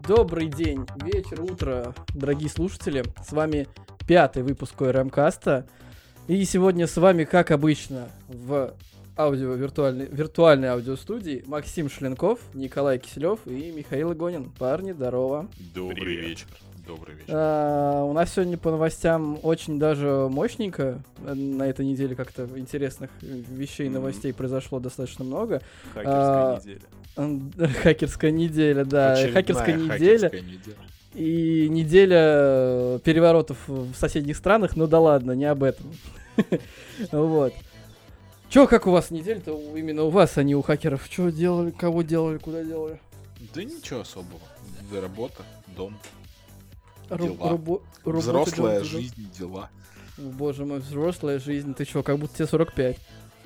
Добрый день, вечер, утро, дорогие слушатели. С вами 5-й выпуск ОРМ-каста. И сегодня с вами, как обычно, в виртуальной аудиостудии Максим Шленков, Николай Киселев и Михаил Игонин. Парни, здорово. Добрый вечер. Добрый вечер. У нас сегодня по новостям очень даже мощненько. На этой неделе как-то интересных вещей, новостей произошло достаточно много. Хакерская неделя. Хакерская неделя, да. Очередная хакерская неделя. И неделя переворотов в соседних странах, ну да ладно, не об этом. Вот. Чё, как у вас неделя-то именно у вас, а не у хакеров? Чё делали, кого делали, куда делали? Да ничего особого. Работа, дом, Дела. Взрослая жизнь, дела. Боже мой, взрослая жизнь. Ты чё, как будто тебе 45.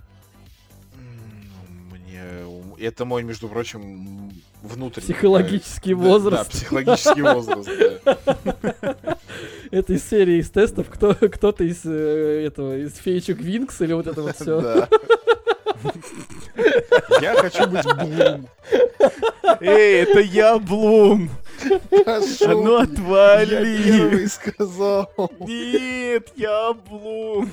Это мой, между прочим, внутренний... Психологический возраст. Да, психологический возраст, да. Это из серии из тестов. Кто-то из из феечек Винкс или вот это вот все. Да. Я хочу быть Блум. Эй, это я Блум. А ну отвали. Я первый сказал. Нет, я Блум.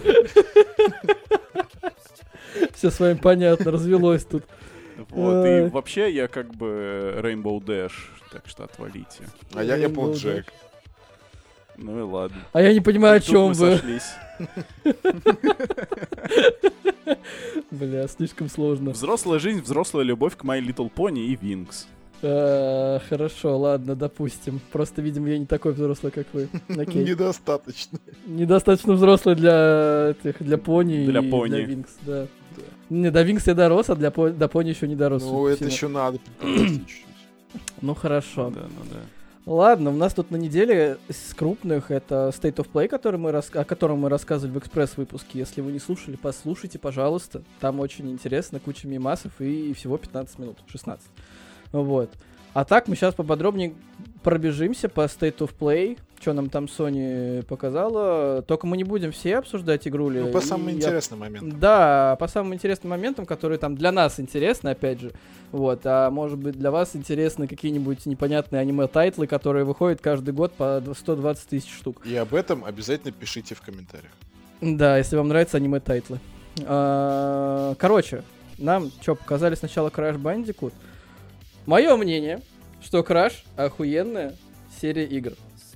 Все с вами понятно, развелось тут. Вот, и вообще я как бы Rainbow Dash, так что отвалите. А я Applejack. Ну и ладно. А я не понимаю, о Тут чем мы вы. сошлись. Бля, слишком сложно. Взрослая жизнь, взрослая любовь к My Little Pony и Wings. Хорошо, ладно, допустим. Просто, видимо, я не такой взрослый, как вы. Окей. Недостаточно. Недостаточно взрослый для пони Для и пони. для Винкс, да. Не, до Винкс я дорос, а до пони еще не дорос. Ну, это еще надо чуть-чуть. Ну, хорошо. Да. Ладно, у нас тут на неделе с крупных это State of Play, о котором мы рассказывали в экспресс-выпуске. Если вы не слушали, послушайте, пожалуйста. Там очень интересно, куча мемасов и всего 15 минут, 16. Вот. А так мы сейчас поподробнее пробежимся по State of Play, что нам там Sony показала. Только мы не будем все обсуждать игрули. Ну, по самым интересным моментам. Да, по самым интересным моментам, которые там для нас интересны, опять же. Вот, а может быть для вас интересны какие-нибудь непонятные аниме-тайтлы, которые выходят каждый год по 120 тысяч штук. И об этом обязательно пишите в комментариях. Да, если вам нравятся аниме-тайтлы. Короче, нам что, показали сначала Crash Bandicoot. Мое мнение, что Crash охуенная серия игр.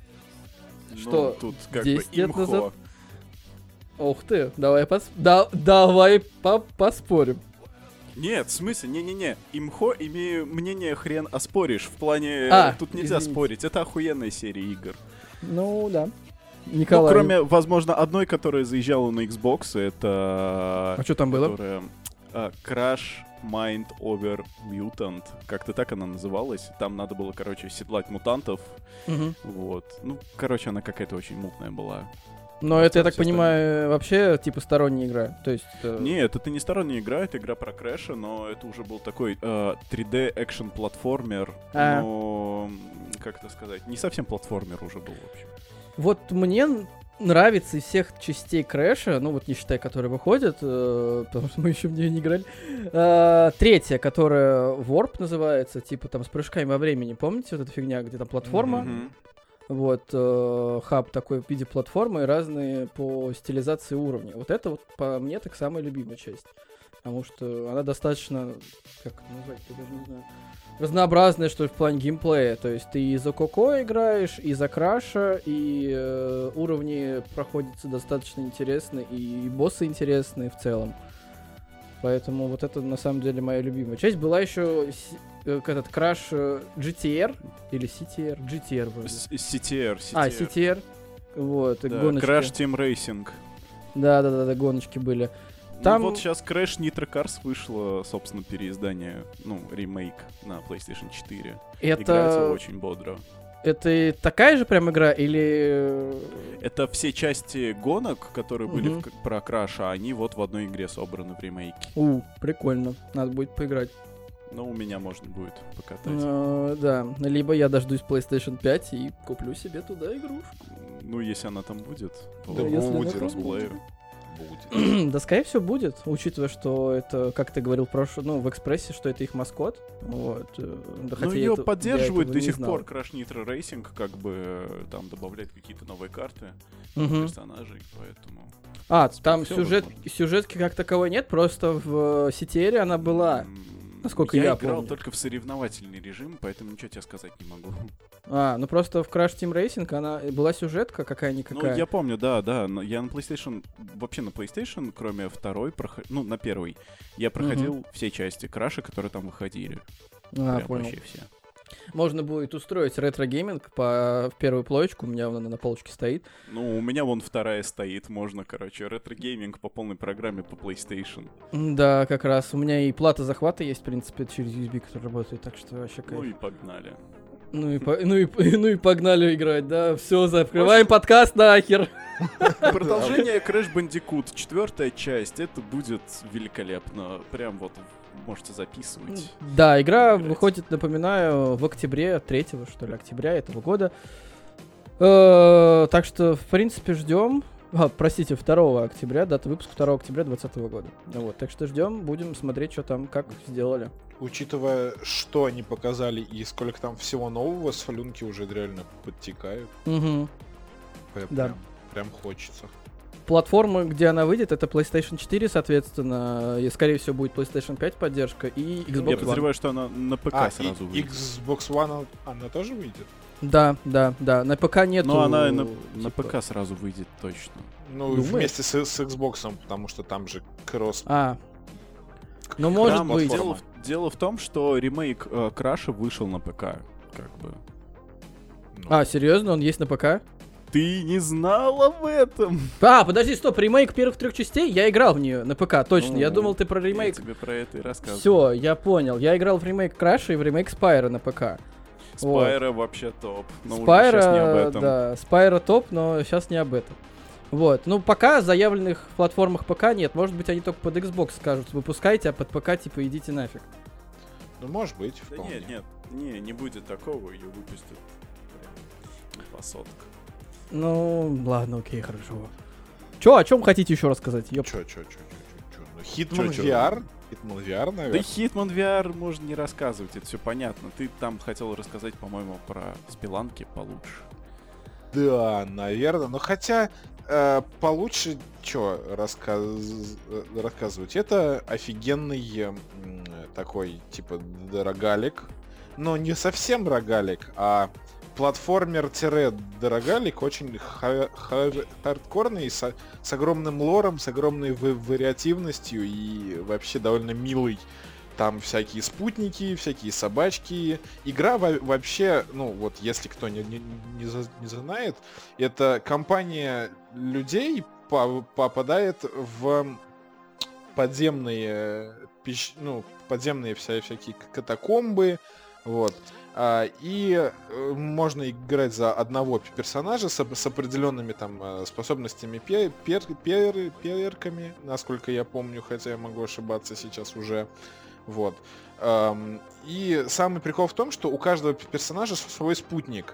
Что, тут как 10 бы лет имхо. назад? Ух ты, давай поспорим. Нет, в смысле, не-не-не. Имхо, имею мнение, хрен оспоришь. В плане, тут нельзя извините. спорить. Это охуенная серия игр. Ну, да. Ну, Николай. кроме, возможно, одной, которая заезжала на Xbox, это... А что там было? Которая... Crash Mind Over Mutant. Как-то так она называлась. Там надо было, короче, седлать мутантов. Мгм. Вот. Ну, короче, она какая-то очень мутная была. Но это, я так Все понимаю, вообще, типа, сторонняя игра. То есть... Нет, это не сторонняя игра, это игра про Крэша, но это уже был такой 3D экшен-платформер. Но, как это сказать, не совсем платформер уже был, в общем. Вот мне нравится из всех частей Крэша, ну вот не считая, которые выходят, потому что мы еще в нее не играли. Третья, которая Warp называется, типа там с прыжками во времени, помните вот эта фигня, где там платформа? Мгм. Вот, хаб такой в виде платформы и разные по стилизации уровня. Вот это вот по мне так самая любимая часть. Потому что она достаточно, как это назвать, я даже не знаю, разнообразная, что ли, в плане геймплея. То есть ты и за Коко играешь, и за Краша, и уровни проходятся достаточно интересно, и боссы интересные в целом. Поэтому вот это на самом деле моя любимая часть. Была еще этот Crash GTR или CTR? GTR вроде. CTR. CTR. Вот, Да, гоночки. Crash Team Racing. Да, гоночки были. Там- Ну вот сейчас Crash Nitro Cars вышло, собственно, переиздание, ну, ремейк на PlayStation 4. Играется Это, очень бодро. это такая же прям игра или... Это все части гонок, которые были Мгм. про Краша, они вот в одной игре собраны в ремейке. Прикольно. Надо будет поиграть. Но у меня можно будет покатать. Да, либо я дождусь PlayStation 5 и куплю себе туда игрушку. Ну, если она там будет. Да, если она Будет там кроссплею. будет. Да, скорее всего, будет, учитывая, что это, как ты говорил в экспрессе, что это их маскот. Вот. Да, ну, ее поддерживают до сих знал. пор Crash Nitro Racing, как бы там добавляет какие-то новые карты персонажей, поэтому... Там сюжетки как таковой нет, просто в CTR она была, насколько я помню. Я играл только в соревновательный режим, поэтому ничего тебе сказать не могу. Ну просто в Crash Team Racing она была сюжетка какая-никакая. Ну, я помню, да. Но я на PlayStation, вообще на PlayStation, кроме второй, на первой, я проходил все части Краша, которые там выходили. Понял. Вообще все. Можно будет устроить ретро-гейминг в первую плоечку, у меня она на полочке стоит. Ну, у меня вон вторая стоит, можно, ретро-гейминг по полной программе по PlayStation. Да, как раз. У меня и плата захвата есть, в принципе, через USB, который работает, так что вообще кайф. Ну и погнали. Ну и погнали играть, да. Все, закрываем подкаст нахер. Продолжение Crash Bandicoot, 4-я часть, это будет великолепно. Прям вот можете записывать. Да, игра выходит, напоминаю, в октябре, 3-го, что ли, октября этого года. Так что, в принципе, ждем. 2 октября, дата выпуска 2 октября 2020 года. Вот, так что ждем, будем смотреть, что там, как сделали. Учитывая, что они показали и сколько там всего нового, слюнки уже реально подтекают. Угу. Прям хочется. Платформа, где она выйдет, это PlayStation 4, соответственно, и, скорее всего, будет PlayStation 5 поддержка и Xbox One. Я подозреваю, что она на ПК сразу выйдет. Xbox One, она тоже выйдет? Да, на ПК нету... Но она на ПК сразу выйдет точно. Ну, вместе с Xbox, потому что там же кросс... Ну, может быть. Дело в том, что ремейк Краша вышел на ПК, как бы. Серьезно? Он есть на ПК? Ты не знал об этом? Подожди, стоп, ремейк первых 3 частей? Я играл в нее на ПК, точно. Я думал, ты про ремейк... Я тебе про это и рассказывал. Все, я понял. Я играл в ремейк Краша и в ремейк Спайра на ПК. Спайра вообще топ. Но Спайра, уже сейчас не об этом. Да, Спайра топ, но сейчас не об этом. Вот, ну пока заявленных платформах ПК нет. Может быть, они только под Xbox скажут, выпускайте, а под ПК типа идите нафиг. Ну, может быть, да вполне. Нет, не будет такого, ее выпустят прям по сотка. Ну, ладно, окей, хорошо. Чё, о чем хотите еще рассказать? Чё? Ну, Hitman VR? Hitman VR, наверное. Да Hitman VR можно не рассказывать, это все понятно. Ты там хотел рассказать, по-моему, про спеланки получше. Да, наверное. Но хотя получше что рассказывать? Это офигенный такой, типа, рогалик. Но не совсем рогалик, а платформер-дорогалик, очень хардкорный, с огромным лором, с огромной вариативностью и вообще довольно милый. Там всякие спутники, всякие собачки. Игра вообще, ну вот если кто не знает, это компания людей попадает в подземные всякие катакомбы, вот. И можно играть за одного персонажа с определенными там способностями, перками, насколько я помню, хотя я могу ошибаться сейчас уже. Вот. И самый прикол в том, что у каждого персонажа свой спутник.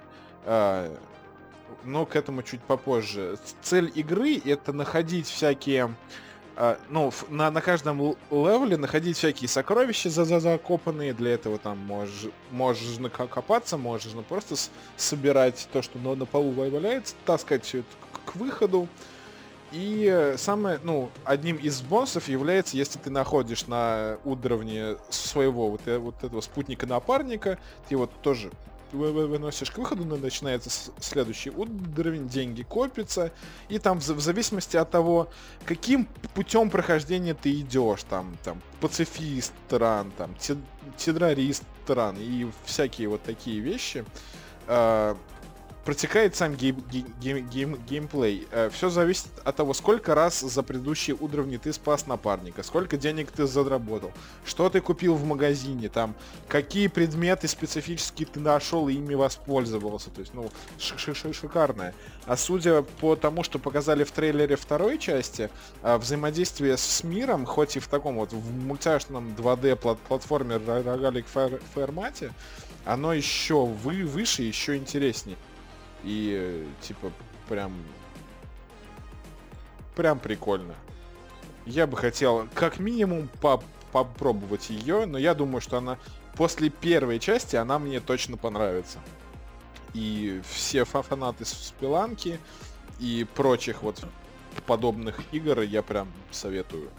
Но к этому чуть попозже. Цель игры — это находить всякие... на каждом левеле находить всякие сокровища закопанные. Для этого там можешь накопаться, можно просто собирать то, что на полу валяется, таскать все это к выходу. И одним из бонусов является, если ты находишь на уровне своего вот этого спутника-напарника, ты его тоже выносишь к выходу, начинается следующий уровень, деньги копятся, и там в зависимости от того, каким путем прохождения ты идешь, там пацифист ран, там террорист ран и всякие вот такие вещи, протекает сам геймплей. Все зависит от того, сколько раз за предыдущие уровни ты спас напарника, сколько денег ты заработал, что ты купил в магазине, там, какие предметы специфические ты нашел и ими воспользовался. То есть, шикарное. А судя по тому, что показали в трейлере второй части, взаимодействие с миром, хоть и в таком вот в мультяшном 2D платформе рогалик формате, оно еще выше, еще интереснее. И, типа, прям прям прикольно. Я бы хотел как минимум попробовать ее, но я думаю, что она после первой части она мне точно понравится. И все фанаты Спеланки и прочих вот подобных игр я прям советую.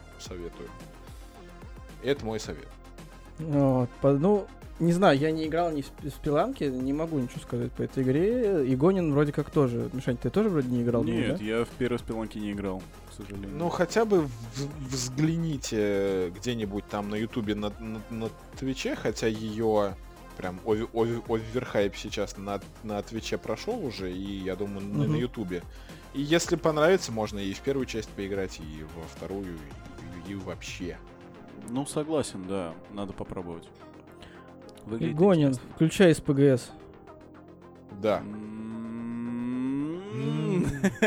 Это мой совет. Вот, ну, не знаю, я не играл ни в Спеланки, не могу ничего сказать по этой игре. Игонин вроде как тоже. Мишань, ты тоже вроде не играл? Нет, да? я в первой Спеланке не играл, к сожалению. Ну, хотя бы взгляните где-нибудь там на Ютубе, на Твиче, хотя ее прям оверхайп сейчас на Твиче прошел уже, и я думаю, на Ютубе. И если понравится, можно и в первую часть поиграть, и во вторую, и вообще. Ну, согласен, да, надо попробовать. Игонин, включай СПГС. Да. Ну,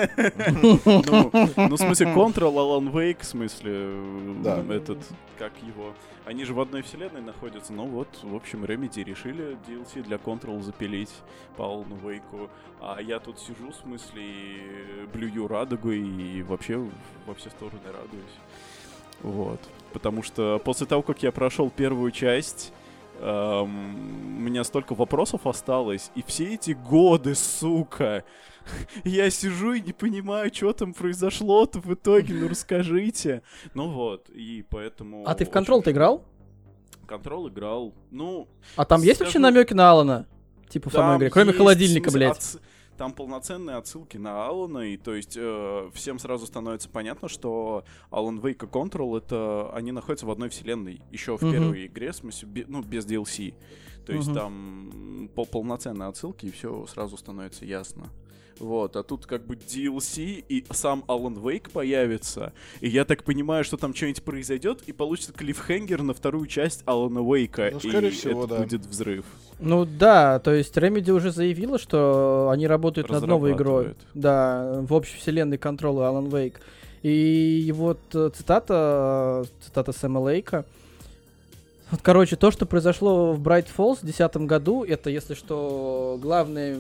в смысле, Control, Alan Wake, в смысле, этот, как его... Они же в одной вселенной находятся, ну вот, в общем, Remedy решили DLC для Control запилить по Alan Wake'у, а я тут сижу, в смысле, и блюю радугу, и вообще во все стороны радуюсь. Вот. Потому что после того, как я прошел первую часть, у меня столько вопросов осталось, и все эти годы, сука, я сижу и не понимаю, что там произошло-то в итоге, ну расскажите. Ну вот, и поэтому... А ты в Control-то играл? Control играл, ну... А там есть вообще намеки на Алана? Типа в самой игре, кроме холодильника, блядь. Там полноценные отсылки на Алана, и то есть всем сразу становится понятно, что Alan Wake и Control это они находятся в одной вселенной, еще в первой игре, в смысле, без DLC. То есть там полноценные отсылки, и все сразу становится ясно. Вот, а тут как бы DLC, и сам Alan Wake появится, и я так понимаю, что там что-нибудь произойдет, и получится клиффхенгер на вторую часть Алана Уэйка, и всего, это будет взрыв. Ну да, то есть Remedy уже заявила, что они работают над новой игрой. Да, в общей вселенной Control и Alan Wake. И вот цитата Сэма Лейка. Вот, короче, то, что произошло в Bright Falls в 2010 году, это, если что, главное...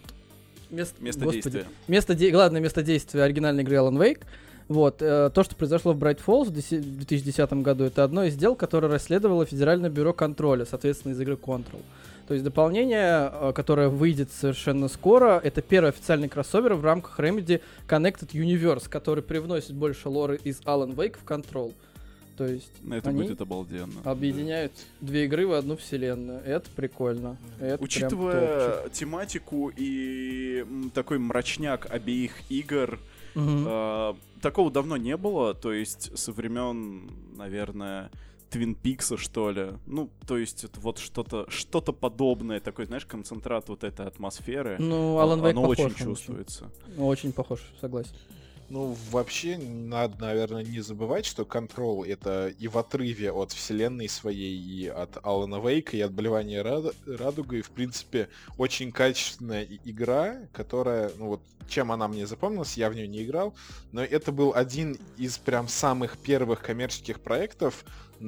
Главное место действия оригинальной игры Alan Wake. Вот, то, что произошло в Bright Falls в 2010 году, это одно из дел, которое расследовало Федеральное бюро контроля, соответственно, из игры Control. То есть дополнение, которое выйдет совершенно скоро, это первый официальный кроссовер в рамках Remedy Connected Universe, который привносит больше лора из Alan Wake в Control. То есть это они будет обалденно. Объединяют две игры в одну вселенную. Это прикольно. Это учитывая тематику и такой мрачняк обеих игр, такого давно не было. То есть со времен, наверное, Twin Peaks, что ли. Ну, то есть это вот что-то подобное, такой, знаешь, концентрат вот этой атмосферы. Ну, Alan Wake оно похож, очень чувствуется. Очень похож, согласен. Ну, вообще, надо, наверное, не забывать, что Control — это и в отрыве от вселенной своей, и от Алана Вейка, и от Блевания радугой, в принципе, очень качественная игра, которая, ну вот, чем она мне запомнилась, я в нее не играл, но это был один из прям самых первых коммерческих проектов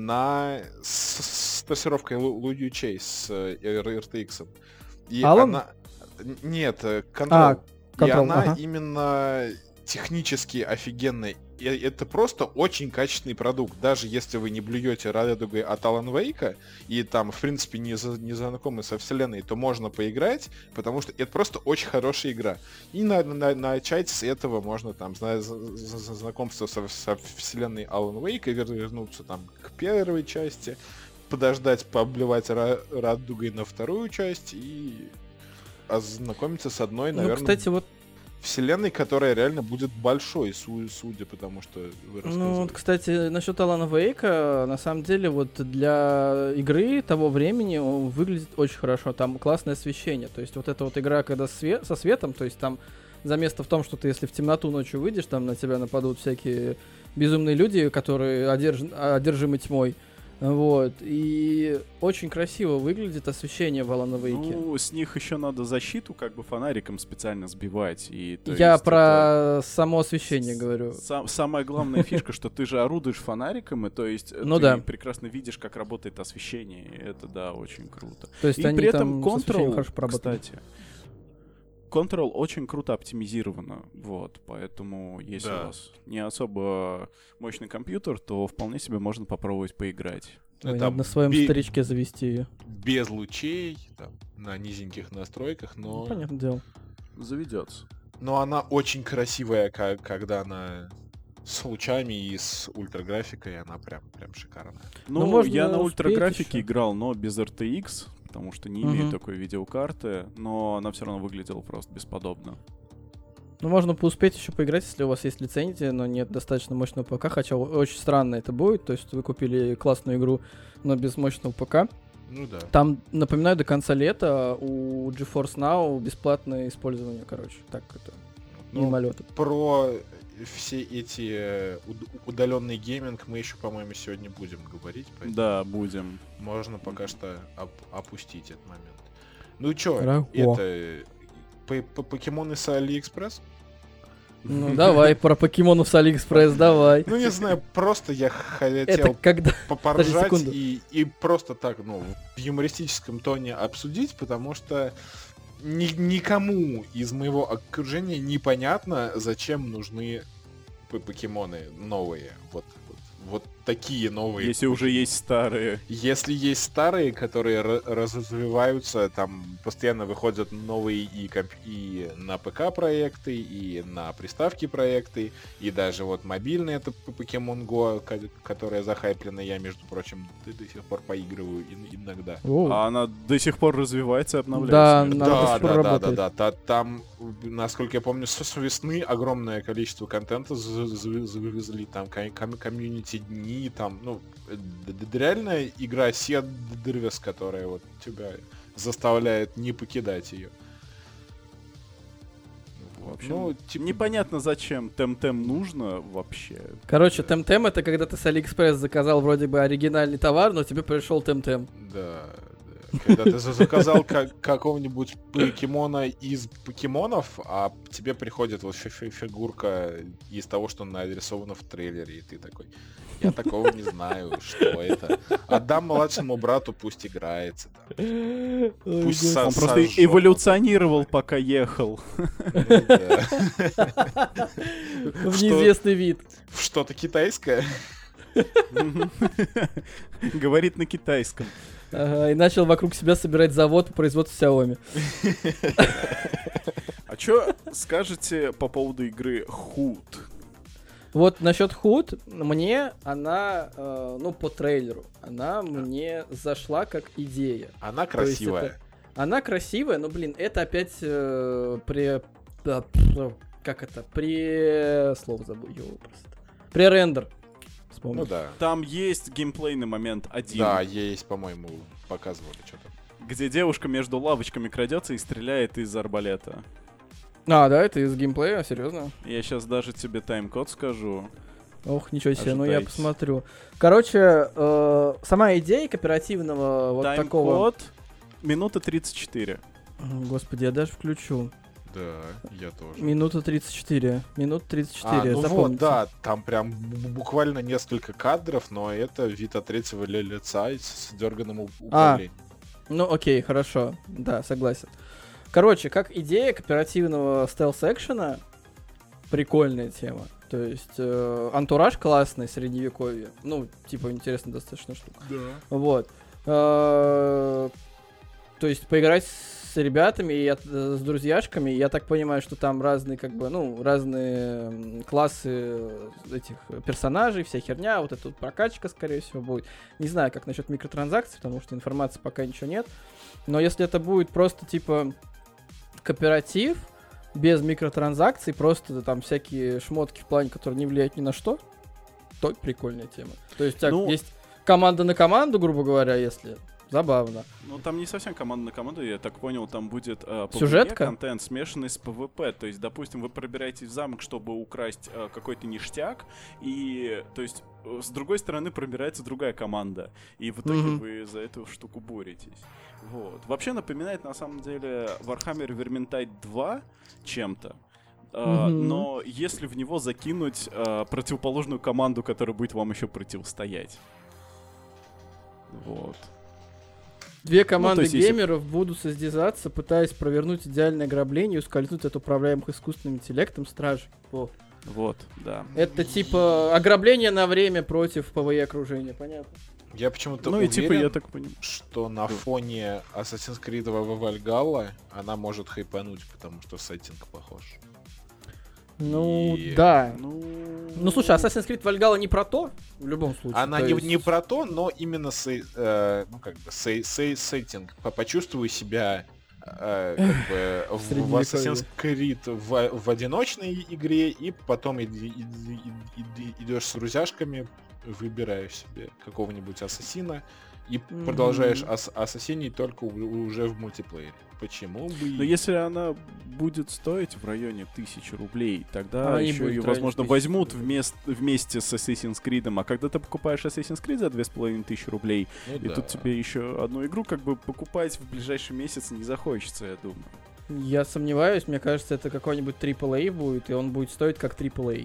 с трассировкой Luigi Chase с RTX. И Alan? она... Нет, Control. И она ага. именно... технически офигенный. И это просто очень качественный продукт. Даже если вы не блюете радугой от Alan Wake'а и там, в принципе, не знакомы со вселенной, то можно поиграть, потому что это просто очень хорошая игра. И начать с этого можно там знакомство со вселенной Alan Wake и вернуться там к первой части, подождать, пообливать радугой на вторую часть и ознакомиться с одной, наверное... Ну, кстати, вот вселенной, которая реально будет большой, судя по тому, что вы рассказывали. Ну, вот, кстати, насчет Алана Вейка, на самом деле, вот для игры того времени он выглядит очень хорошо. Там классное освещение. То есть вот эта вот игра, когда со светом, то есть там заместо в том, что ты, если в темноту ночью выйдешь, там на тебя нападут всякие безумные люди, которые одержимы тьмой. Вот, и очень красиво выглядит освещение в Алана Вейке. Ну, с них еще надо защиту как бы фонариком специально сбивать. И, я про само освещение говорю. Самая главная фишка, что ты же орудуешь фонариком, и то есть ты прекрасно видишь, как работает освещение, и это, да, очень круто. То есть и они при этом там Control, хорошо поработали. кстати, Control очень круто оптимизировано, вот, поэтому если у вас не особо мощный компьютер, то вполне себе можно попробовать поиграть. Надо на своем старичке завести ее. Без лучей, там, на низеньких настройках, но... Понятное дело. Заведется. Но она очень красивая, когда она с лучами и с ультраграфикой, она прям шикарная. Ну, я на ультраграфике играл, но без RTX, потому что не имею такой видеокарты, но она все равно выглядела просто бесподобно. Ну, можно успеть еще поиграть, если у вас есть лицензия, но нет достаточно мощного ПК, хотя очень странно это будет, то есть вы купили классную игру, но без мощного ПК. Ну да. Там, напоминаю, до конца лета у GeForce Now бесплатное использование, короче, так это, мимолетом. Про все эти удаленный гейминг мы еще, по-моему, сегодня будем говорить. Да, будем. Можно пока что опустить этот момент. Ну чё, это... Покемоны с Алиэкспресс? Ну давай, про покемонов с Алиэкспресс, давай. Ну не знаю, просто я хотел поржать и просто так, ну, в юмористическом тоне обсудить, потому что никому из моего окружения непонятно, зачем нужны покемоны новые. Вот такие новые. Если уже есть старые. Если есть старые, которые развиваются, там постоянно выходят новые и на ПК проекты, и на приставки проекты, и даже вот мобильный это Pokemon Go, которая захайплена, я, между прочим, до сих пор поигрываю иногда. А она до сих пор развивается и обновляется. Да. Там, насколько я помню, с весны огромное количество контента завезли, там комьюнити дни, там, ну, реальная игра Седрвес, которая вот тебя заставляет не покидать ее. В общем, непонятно, зачем Темтем нужно вообще. Короче, Темтем это когда ты с Алиэкспресс заказал вроде бы оригинальный товар, но тебе пришел Темтем. Да. Когда ты заказал какого-нибудь покемона из покемонов, а тебе приходит вот фигурка из того, что нарисовано в трейлере, и ты такой: я такого не знаю, что это. Отдам младшему брату, пусть играется. Пусть он просто эволюционировал, пока ехал. В неизвестный вид. Что-то китайское. Говорит на китайском. Ага, и начал вокруг себя собирать завод по производству Xiaomi. А чё скажете по поводу игры Hood? Вот насчет Hood, мне она, ну, по трейлеру, она мне зашла как идея. Она красивая. Она красивая, но, блин, это опять слово забыл, пререндер. Ну да. Там есть геймплейный момент один. Да, есть, по-моему, показывали что-то. Где девушка между лавочками крадется и стреляет из арбалета. А, да, это из геймплея, серьезно? Я сейчас даже тебе тайм-код скажу. Ох, ничего себе, ну я посмотрю. Короче, сама идея кооперативного вот такого... Тайм-код минута 34. Господи, я даже включу. Да, я тоже. Минута 34. Минута 34, ну запомните. Вот, да, там прям буквально несколько кадров, но это вид от третьего лица с дерганым управлением. Ну окей, хорошо, да, согласен. Короче, как идея кооперативного стелс-экшена, прикольная тема. То есть антураж классный, средневековье. Ну, типа, интересная достаточно штука. Да. Вот. То есть поиграть с ребятами и с друзьяшками, я так понимаю, что там разные, как бы, ну, разные классы этих персонажей, вся херня, вот эта вот прокачка, скорее всего, будет. Не знаю, как насчет микротранзакций, потому что информации пока ничего нет. Но если это будет просто, типа, кооператив, без микротранзакций, просто там всякие шмотки в плане, которые не влияют ни на что, то прикольная тема. То есть есть команда на команду, грубо говоря, если... Забавно. Ну, там не совсем команда на команду, я так понял, там будет сюжетка? Контент, смешанный с PvP. То есть, допустим, вы пробираетесь в замок, чтобы украсть какой-то ништяк, и, то есть, с другой стороны пробирается другая команда, и в итоге вы за эту штуку боретесь. Вот. Вообще напоминает, на самом деле, Warhammer Vermintide 2 чем-то. Но если в него закинуть противоположную команду, которая будет вам еще противостоять. Вот. Две команды геймеров будут состязаться, пытаясь провернуть идеальное ограбление и ускользнуть от управляемых искусственным интеллектом стражей. Вот, да. Это типа ограбление на время против ПВЕ окружения, понятно? Я почему-то уверен, я так что на фоне Assassin's Creed Valhalla она может хайпануть, потому что сеттинг похож. Ну, да. Ну, слушай, Assassin's Creed Valhalla не про то, в любом случае. Она не про то, но именно сеттинг. Почувствуй себя в Assassin's Creed в одиночной игре, и потом идешь с друзьяшками, выбираешь себе какого-нибудь ассасина и продолжаешь ассасинить только уже в мультиплеере. Почему бы... Но если она будет стоить в районе 1000 рублей, тогда еще ее, возможно, возьмут вместе с Assassin's Creed. А когда ты покупаешь Assassin's Creed за 2500 рублей, тут тебе еще одну игру как бы покупать в ближайший месяц не захочется, я думаю. Я сомневаюсь, мне кажется, это какой-нибудь AAA будет, и он будет стоить как AAA.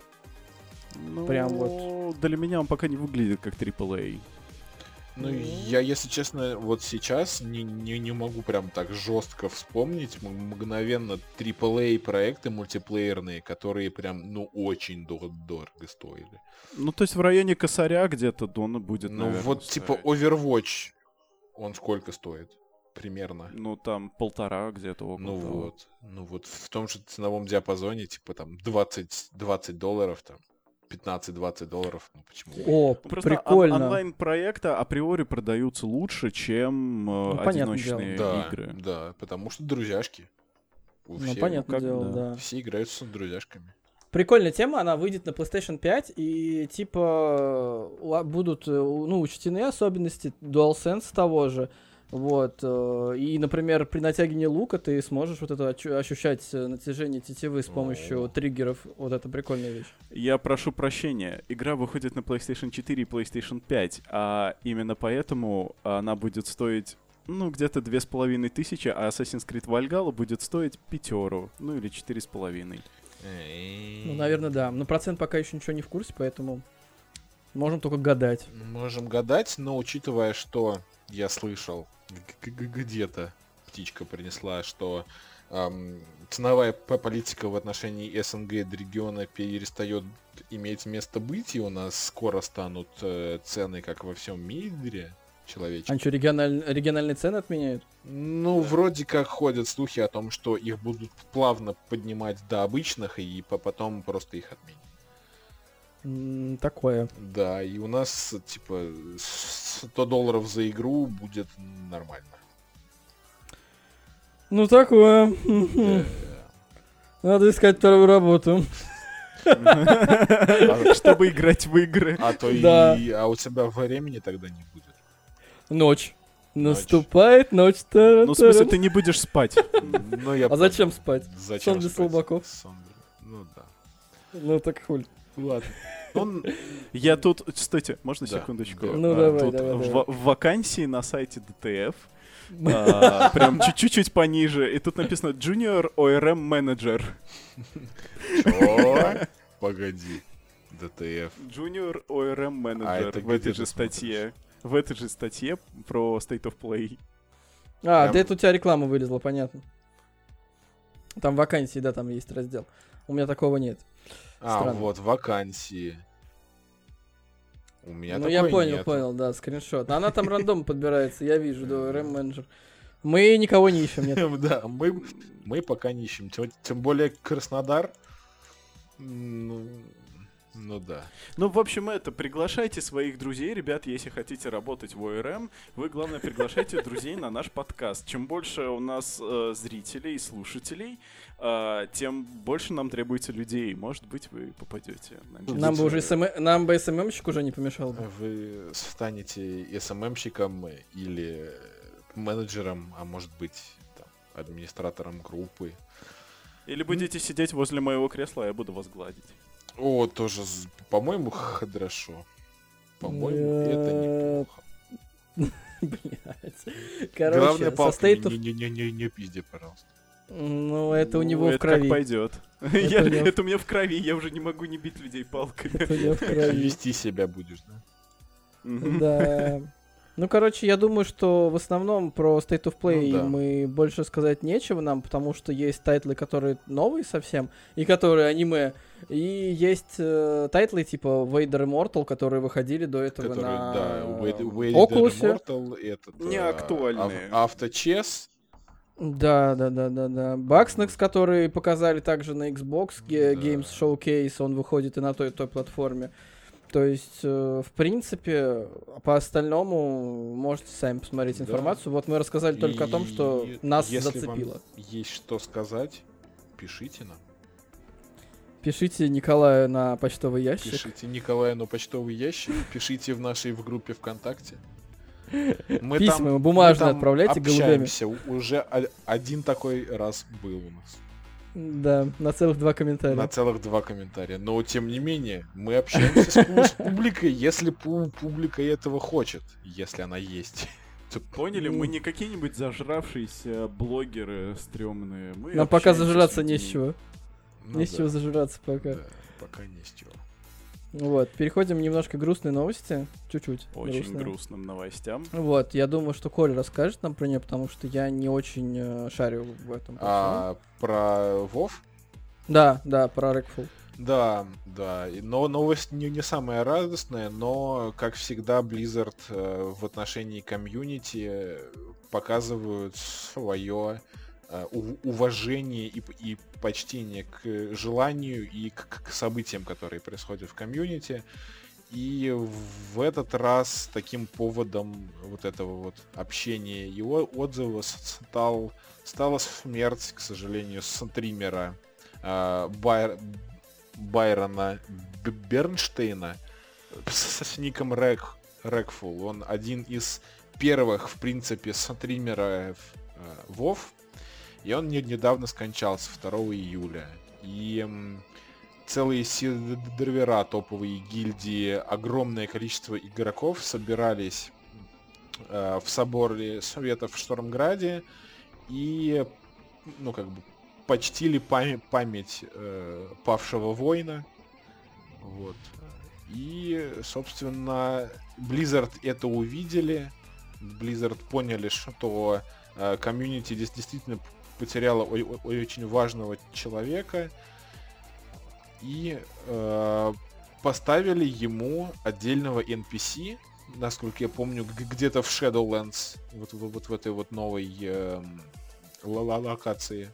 Ну, прям вот. Для меня он пока не выглядит как AAA. Ну, я, если честно, вот сейчас не могу прям так жестко вспомнить мгновенно AAA проекты мультиплеерные, которые прям, очень дорого стоили. Ну, то есть в районе косаря где-то он будет, наверное, вот стоить. Типа Overwatch, он сколько стоит? Примерно. Ну, там 1,5 где-то около того. Ну вот в том же ценовом диапазоне, типа там $20 там. $15-20, ну почему? О, просто прикольно. Онлайн-проекты априори продаются лучше, чем одиночные игры. Да, потому что друзьяшки. Понятное дело, да. Все играют с друзьяшками. Прикольная тема, она выйдет на PlayStation 5, и типа будут учтены особенности DualSense того же. Вот, и, например, при натягивании лука ты сможешь вот это ощущать натяжение тетивы с помощью триггеров. Вот это прикольная вещь. Я прошу прощения, игра выходит на PlayStation 4 и PlayStation 5, а именно поэтому она будет стоить, где-то 2500, а Assassin's Creed Valhalla будет стоить 5, или 4,5. Ну, наверное, да. Но процент пока еще ничего не в курсе, поэтому можем только гадать. Можем гадать, но учитывая, что я слышал, где-то птичка принесла, что ценовая политика в отношении СНГ региона перестает иметь место быть, и у нас скоро станут цены, как во всем мире, человеческом. А что, региональные цены отменяют? Ну, вроде как ходят слухи о том, что их будут плавно поднимать до обычных, и потом просто их отменят. Такое. Да, и у нас, типа, $100 за игру будет нормально. Ну, такое. Надо искать вторую работу. Чтобы играть в игры. А то а у тебя времени тогда не будет. Ночь. Наступает ночь-то. Ну, в смысле, ты не будешь спать. А зачем спать? Сон для слабаков. Ну, да. Ну, так хуль. Ладно. Я тут, кстати, можно секундочку? Ну, давай, тут давай. В вакансии на сайте DTF прям чуть-чуть пониже, и тут написано Junior ORM Manager. Чё? Погоди. DTF. Junior ORM Manager в этой же статье. В этой же статье про State of Play. Да это у тебя реклама вылезла, понятно. Там вакансии, да, там есть раздел. У меня такого нет. Странно. Вот, вакансии. У меня я понял, да, скриншот. Она там рандом подбирается, я вижу, да, ORM менеджер. Мы никого не ищем, нет. Да, мы пока не ищем. Тем более Краснодар. Ну да. Ну, в общем, приглашайте своих друзей, ребят, если хотите работать в ORM, вы, главное, приглашайте друзей на наш подкаст. Чем больше у нас зрителей и слушателей, тем больше нам требуется людей. Может быть, вы попадете. Нам бы СММщик уже не помешал бы. Вы станете СММщиком или менеджером, а может быть, администратором группы. Или будете сидеть возле моего кресла, а я буду вас гладить. О, тоже, по-моему, хорошо. По-моему, это неплохо. Блять. Короче, главное, палка, не пизди, пожалуйста. Ну, это у него в крови. Это как пойдет. Это у меня в крови, я уже не могу не бить людей палками. Это у него в крови. Вести себя будешь, да? Да. Ну, короче, я думаю, что в основном про State of Play мы больше сказать нечего нам, потому что есть тайтлы, которые новые совсем, и которые аниме, и есть тайтлы типа Vader Immortal, которые выходили до этого на Oculus. Неактуальные. Авточес. Да. Bugsnax, который показали также на Xbox Games Showcase, он выходит и на той платформе. То есть, в принципе, по остальному можете сами посмотреть информацию. Вот мы рассказали только о том, что нас зацепило. Если вам есть что сказать, пишите нам. Пишите Николаю на почтовый ящик. Пишите Николаю на почтовый ящик. Пишите в нашей группе ВКонтакте. Письма бумажные отправляйте голубями. Уже один такой раз был у нас. Да, на целых 2 комментария. Но, тем не менее, мы общаемся с публикой, если публика этого хочет, если она есть. Поняли? Мы не какие-нибудь зажравшиеся блогеры стрёмные. Нам пока зажраться не с чего. Не с чего зажраться пока. Да, пока не с чего. Вот, переходим немножко к грустной новости, чуть-чуть. Очень грустным новостям. Вот, я думаю, что Коля расскажет нам про нее, потому что я не очень шарю в этом. Про Вов? Да, про Рекфул. Да, но новость не самая радостная, но, как всегда, Blizzard в отношении комьюнити показывают свое уважение и почтение к желанию и к событиям, которые происходят в комьюнити. И в этот раз таким поводом вот этого вот общения и отзыва стала смерть, к сожалению, стримера Байрона Бернштейна с ником Рекфул. Он один из первых, в принципе, стримеров WoW. И он недавно скончался 2 июля. И целые сервера, топовые гильдии, огромное количество игроков собирались в соборе Советов в Штормграде и, почтили память павшего воина. Вот. И, собственно, Blizzard это увидели. Blizzard поняли, что комьюнити действительно потеряла очень важного человека и поставили ему отдельного NPC, насколько я помню, где-то в Shadowlands, вот в этой вот новой локации.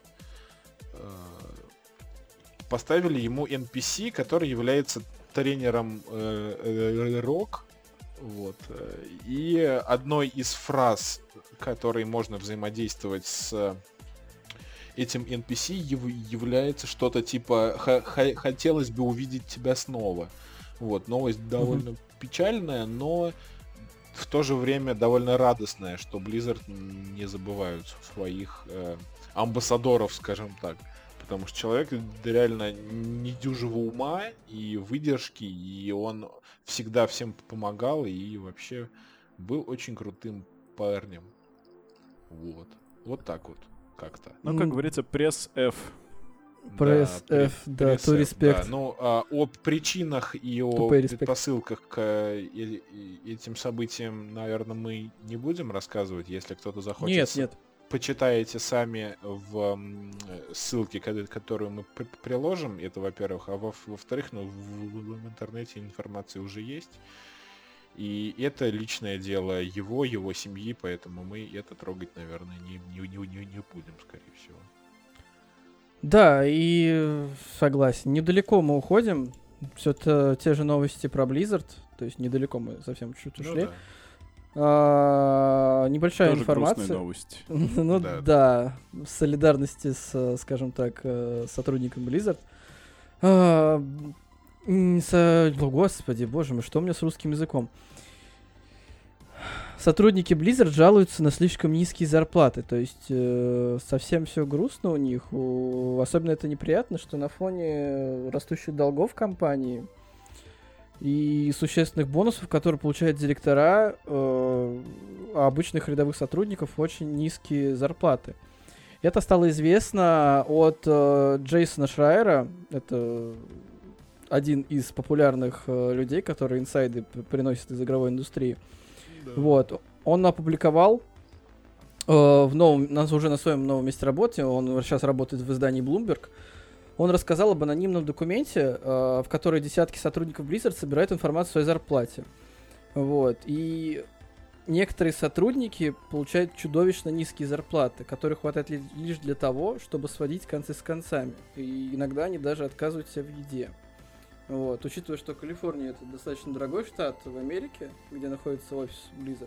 Поставили ему NPC, который является тренером Рок. Вот. И одной из фраз, которой можно взаимодействовать с этим NPC, является что-то типа «хотелось бы увидеть тебя снова». Вот. Новость довольно печальная, но в то же время довольно радостная, что Blizzard не забывают своих амбассадоров, скажем так. Потому что человек реально недюжего ума и выдержки, и он всегда всем помогал, и вообще был очень крутым парнем. Вот. Вот так вот. Как-то. Ну, как говорится, пресс F. Пресс F, да, то респект. Да. Ну, о причинах и о предпосылках к этим событиям, наверное, мы не будем рассказывать, если кто-то захочет. Нет. Почитаете сами в ссылке, которую мы приложим, это, во-первых, а во-вторых, в интернете информация уже есть. И это личное дело его семьи, поэтому мы это трогать, наверное, не будем, скорее всего. Да, и согласен. Недалеко мы уходим. Все это те же новости про Blizzard. То есть недалеко мы совсем чуть ушли. Небольшая тоже информация. Новость. Ну да, в солидарности с, скажем так, сотрудником Blizzard. Господи, боже мой, что у меня с русским языком? Сотрудники Blizzard жалуются на слишком низкие зарплаты. То есть совсем все грустно у них. Особенно это неприятно, что на фоне растущих долгов компании и существенных бонусов, которые получают директора, а обычных рядовых сотрудников очень низкие зарплаты. Это стало известно от Джейсона Шрайера. Это один из популярных людей, которые инсайды приносят из игровой индустрии. Да. Вот. он опубликовал уже на своем новом месте работы, он сейчас работает в издании Bloomberg, он рассказал об анонимном документе, в который десятки сотрудников Blizzard собирают информацию о своей зарплате. Вот. И некоторые сотрудники получают чудовищно низкие зарплаты, которых хватает лишь для того, чтобы сводить концы с концами. И иногда они даже отказывают себе в еде. Вот. Учитывая, что Калифорния — это достаточно дорогой штат в Америке, где находится офис Blizzard,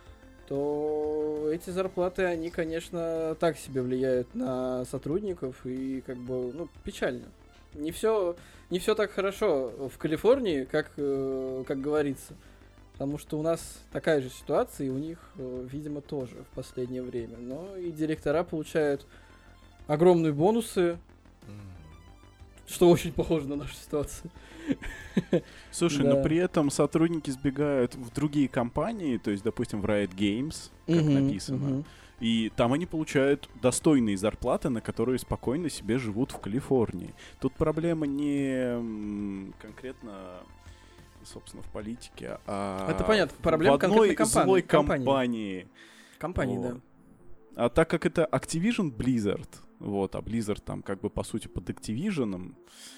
то эти зарплаты, они, конечно, так себе влияют на сотрудников, и как бы, ну, печально. Не все так хорошо в Калифорнии, как говорится. Потому что у нас такая же ситуация, и у них, видимо, тоже в последнее время. Но и директора получают огромные бонусы, что очень похоже на нашу ситуацию. Слушай, но при этом сотрудники сбегают в другие компании, то есть, допустим, в Riot Games, как написано, и там они получают достойные зарплаты, на которые спокойно себе живут в Калифорнии. Тут проблема не конкретно, собственно, в политике, а это понятно, проблема в одной злой компании, вот. Да. А так как это Activision Blizzard, вот, а Blizzard там как бы по сути под Activision,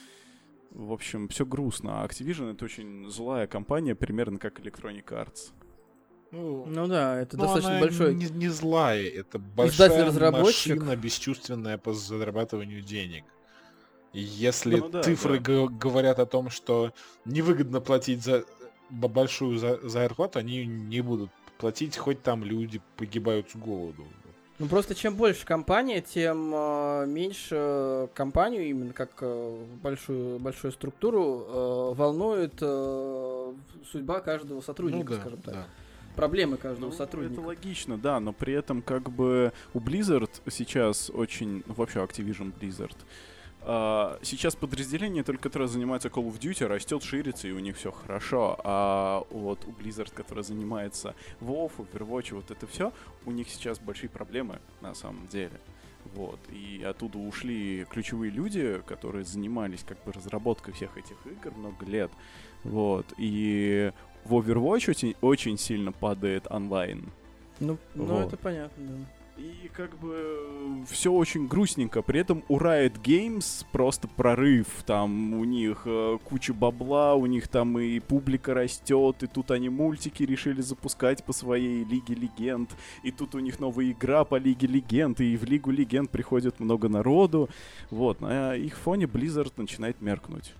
в общем, все грустно. А Activision — это очень злая компания, примерно как Electronic Arts. Ну да, это достаточно большой. Не злая, это большая машина бесчувственная по зарабатыванию денег. И если цифры говорят о том, что невыгодно платить за большую зарплату, они не будут платить, хоть там люди погибают с голоду. Ну просто чем больше компания, тем меньше компанию, именно как большую структуру, волнует судьба каждого сотрудника, скажем так. Да. Проблемы каждого сотрудника. Это логично, да, но при этом как бы у Blizzard сейчас очень, вообще Activision Blizzard, сейчас подразделение, только которое занимается Call of Duty, растет, ширится, и у них все хорошо. А вот у Blizzard, которая занимается WoW, Overwatch, вот это все, у них сейчас большие проблемы на самом деле. Вот. И оттуда ушли ключевые люди, которые занимались как бы разработкой всех этих игр много лет. Вот. И в Overwatch очень сильно падает онлайн. Ну вот. Это понятно, да. И как бы все очень грустненько. При этом у Riot Games просто прорыв. Там у них куча бабла, у них там и публика растет, и тут они мультики решили запускать по своей Лиге Легенд. И тут у них новая игра по Лиге Легенд, и в Лигу Легенд приходит много народу. Вот, на их фоне Blizzard начинает меркнуть.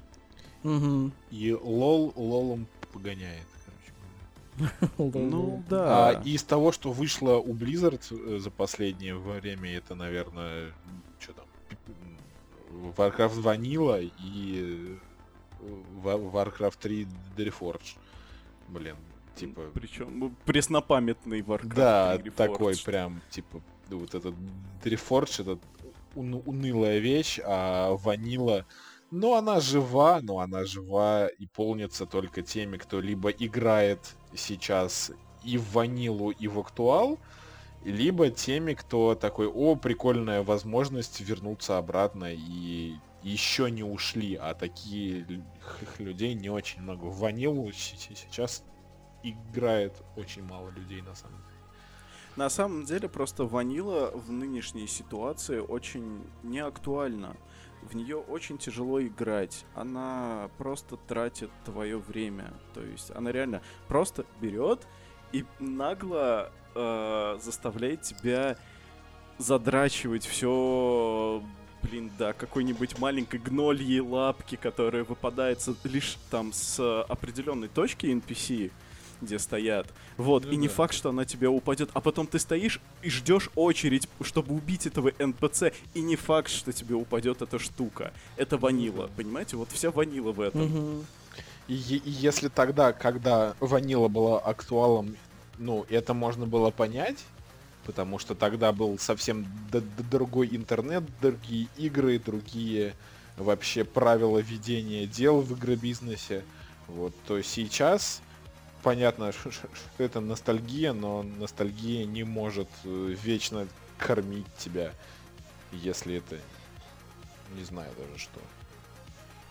И лолом погоняет. Ну да. Из того, что вышло у Blizzard за последнее время, это, наверное, что там, Warcraft Vanilla и Warcraft 3 Reforged. Блин, типа... Причем преснопамятный Warcraft 3 Reforged. Да, такой прям, типа, вот этот Reforged, это унылая вещь, а Vanilla... Но она жива и полнится только теми, кто либо играет сейчас и в ванилу, и в актуал, либо теми, кто такой: о, прикольная возможность вернуться обратно, и еще не ушли, а такие людей не очень много. В ванилу сейчас играет очень мало людей, на самом деле. На самом деле, просто ванила в нынешней ситуации очень неактуальна. В нее очень тяжело играть. Она просто тратит твое время. То есть она реально просто берет и нагло заставляет тебя задрачивать все, до какой-нибудь маленькой гнольей лапки, которая выпадается лишь там с определенной точки NPC, где стоят. Вот, и не факт, что она тебе упадет, а потом ты стоишь и ждешь очередь, чтобы убить этого НПЦ, и не факт, что тебе упадет эта штука. Это ванила, понимаете? Вот вся ванила в этом. И если тогда, когда ванила была актуалом, это можно было понять, потому что тогда был совсем другой интернет, другие игры, другие вообще правила ведения дел в игробизнесе. Вот, то сейчас... Понятно, что это ностальгия, но ностальгия не может вечно кормить тебя, если это... Не знаю даже что.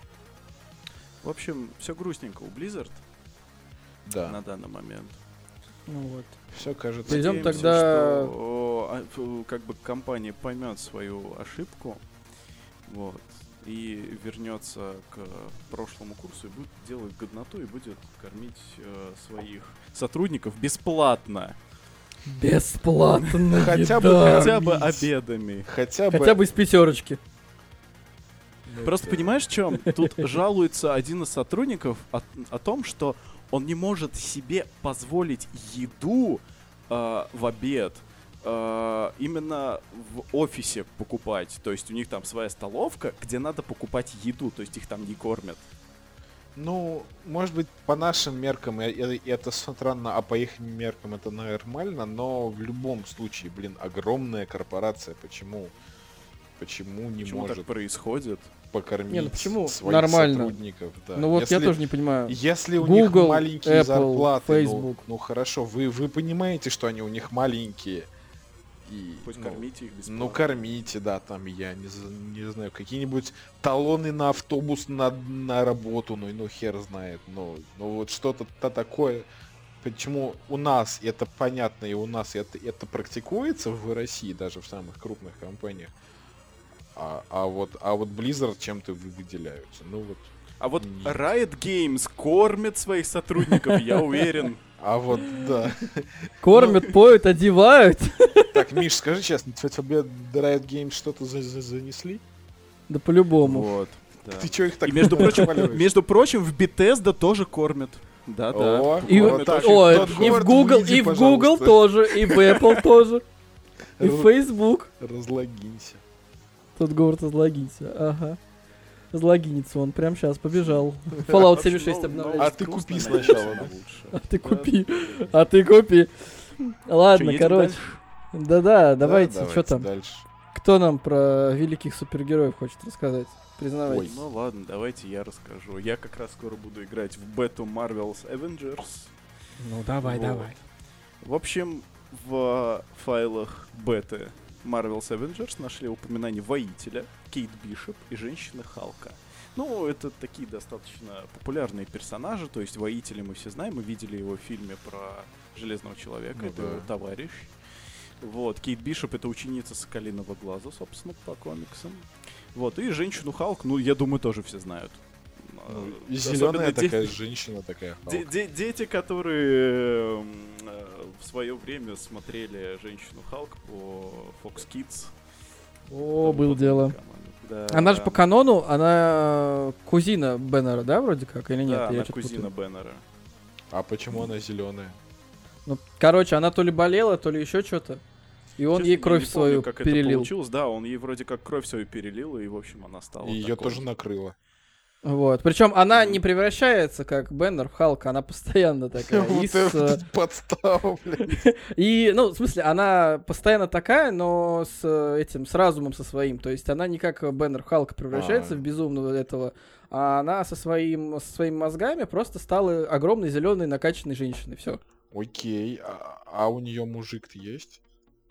В общем, все грустненько у Blizzard на данный момент. Ну вот. Все кажется. Перейдем Надеемся, тогда... что, как бы компания поймет свою ошибку, вот, и вернется к прошлому курсу и будет делать годноту и будет кормить своих сотрудников бесплатно. Бесплатно. Хотя Хотя бы обедами. Хотя бы из пятерочки. Просто понимаешь, в чем? Тут жалуется один из сотрудников о том, что он не может себе позволить еду в обед именно в офисе покупать. То есть у них там своя столовка, где надо покупать еду, то есть их там не кормят. Ну, может быть, по нашим меркам это странно, а по их меркам это нормально, но в любом случае, огромная корпорация, почему не Почему может так происходит? покормить почему своих нормально? сотрудников? Да. Ну вот я тоже не понимаю. Если у Google, них маленькие Apple, зарплаты, Facebook. ну хорошо, вы понимаете, что они у них маленькие. И, Пусть кормите их бесплатно. Ну кормите, да, там я не знаю, какие-нибудь талоны на автобус на работу, ну хер знает, ну вот что-то такое. Почему у нас это понятно и у нас это практикуется в России, даже в самых крупных компаниях, а вот Blizzard чем-то выделяются, ну вот. А вот Riot Games кормит своих сотрудников, я уверен. А вот, да. Кормят, поют, одевают. Так, Миш, скажи честно, тебе Riot Games что-то занесли? Да по-любому. Вот. Да. Ты чё их так И между хваливаешь? прочим, в Bethesda тоже кормят. Да. И, Вот так. и в Google, выйди, и в Google пожалуйста. тоже, и в Apple тоже, и в Facebook. Разлогинься. Тут говорит, разлогинься. Ага. Разлогинится он прям сейчас побежал. Fallout 76 обновляется. А ты купи сначала, да? А ты купи. А ты купи. Ладно, едем короче. дальше? Да-да, давайте, что там? Дальше. Кто нам про великих супергероев хочет рассказать? Признавайтесь. Ну ладно, давайте я расскажу. Я как раз скоро буду играть в бету Marvel's Avengers. Ну давай, Вот. давай. В общем, в файлах беты Marvel's Avengers нашли упоминание Воителя, Кейт Бишоп и Женщины Халка. Ну, это такие достаточно популярные персонажи, то есть Воителя мы все знаем, мы видели его в фильме про Железного Человека, это его товарищ. Вот, Кейт Бишоп — это ученица Соколиного Глаза, собственно, по комиксам. Вот, и Женщину Халк, ну, я думаю, тоже все знают. И зеленая такая женщина такая. Дети, которые в свое время смотрели Женщину Халк по Fox Kids. О, был дело. Да. Она же по канону, она кузина Беннера, да, вроде как, или нет? Да, Я она что-то кузина путаю. Беннера. А почему она зеленая? Ну, короче, она то ли болела, то ли еще что-то. И он Честно, ей я кровь не помню, свою как это перелил. получилось. Да, он ей вроде как кровь свою перелил, и, в общем, она стала И ее такой. тоже накрыло. Вот. Причем она не превращается, как Беннер в Халка, она постоянно такая. И Вот с, это подстава, блядь. И, ну, в смысле, она постоянно такая, но с разумом со своим. То есть она не как Беннер в Халка превращается в безумного этого, а она со своими мозгами просто стала огромной зеленой накачанной женщиной. Все. Окей, а у нее мужик-то есть?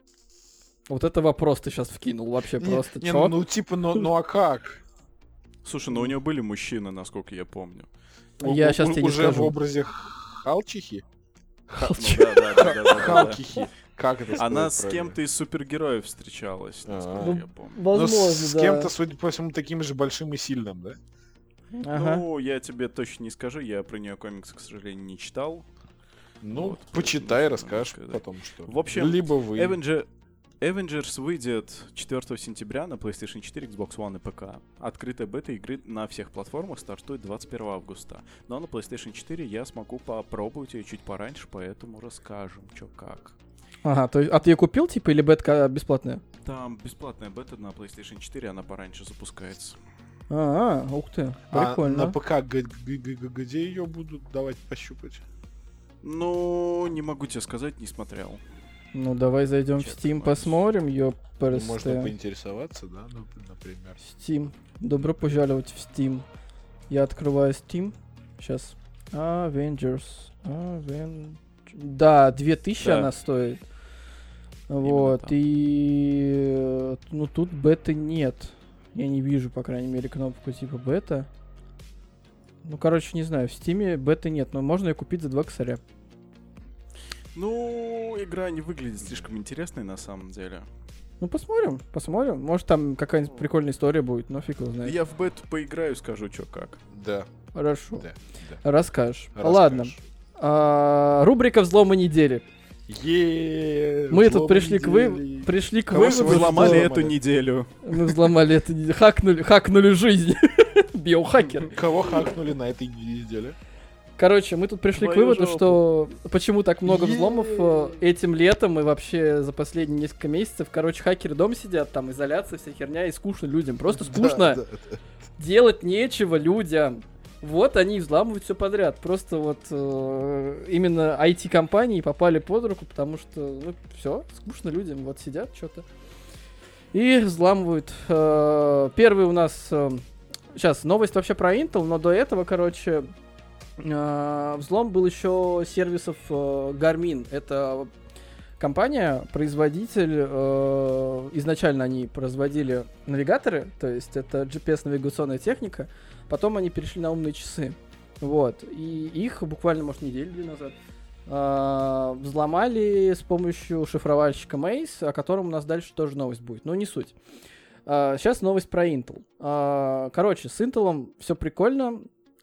Вот это вопрос ты сейчас вкинул вообще просто. Не, Чё? ну типа, ну а как? Слушай, ну у нее были мужчины, насколько я помню. Я сейчас тебе не Уже скажу. в образе Халчихи? Да. Халкихи. Как это Она сказать с правильно? кем-то из супергероев встречалась, насколько я помню. Ну, Возможно, с да. кем-то, судя по всему, таким же большим и сильным, да? Ага. Ну, я тебе точно не скажу, я про нее комиксы, к сожалению, не читал. Ну, Вот, почитай, поэтому расскажешь что могу потом, что. В общем, либо вы. Avengers выйдет 4 сентября на PlayStation 4, Xbox One и ПК. Открытая бета игры на всех платформах стартует 21 августа. Но на PlayStation 4 я смогу попробовать ее чуть пораньше, поэтому расскажем, чё как. Ага, то есть, а ты ее купил, типа, или бетка бесплатная? Там бесплатная бета на PlayStation 4, она пораньше запускается. Ух ты, А прикольно. на ПК где ее будут давать пощупать? Ну, не могу тебе сказать, не смотрел. Ну, давай зайдем в Честно Steam, говоря. посмотрим, Можно ёпрст. поинтересоваться, да, например. Steam. Добро пожаловать в Steam. Я открываю Steam. Сейчас. Avengers. Да, 2000 Да. она стоит. Вот, там. и... Ну, тут беты нет. Я не вижу, по крайней мере, кнопку типа бета. Ну, короче, не знаю, в Steam беты нет, но можно ее купить за 2 косаря. Ну, игра не выглядит слишком интересной на самом деле. Ну, посмотрим. Может, там какая-нибудь прикольная история будет, но фиг его знает. Я в бету поиграю, скажу, что как. Да. Хорошо. Да. Расскажешь. Ладно. Рубрика «Взломы недели». Мы тут пришли к выводу, взломали эту неделю. Мы взломали эту неделю. Хакнули жизнь. Биохакер. Кого хакнули на этой неделе? Короче, мы тут пришли к выводу, что почему так много взломов этим летом и вообще за последние несколько месяцев. Короче, хакеры дома сидят, там изоляция, вся херня, и скучно людям. Просто скучно. Делать нечего людям. Вот они взламывают все подряд. Просто вот именно IT-компании попали под руку, потому что, все, скучно людям. Вот сидят что-то и взламывают. Первый у нас... Сейчас, новость вообще про Intel, но до этого, короче... взлом был еще сервисов Garmin. Это компания, производитель. Изначально они производили навигаторы, то есть это GPS-навигационная техника. Потом они перешли на умные часы. Вот. И их буквально, может, неделю назад взломали с помощью шифровальщика Maze, о котором у нас дальше тоже новость будет. Но не суть. Сейчас новость про Intel. Короче, с Intel все прикольно.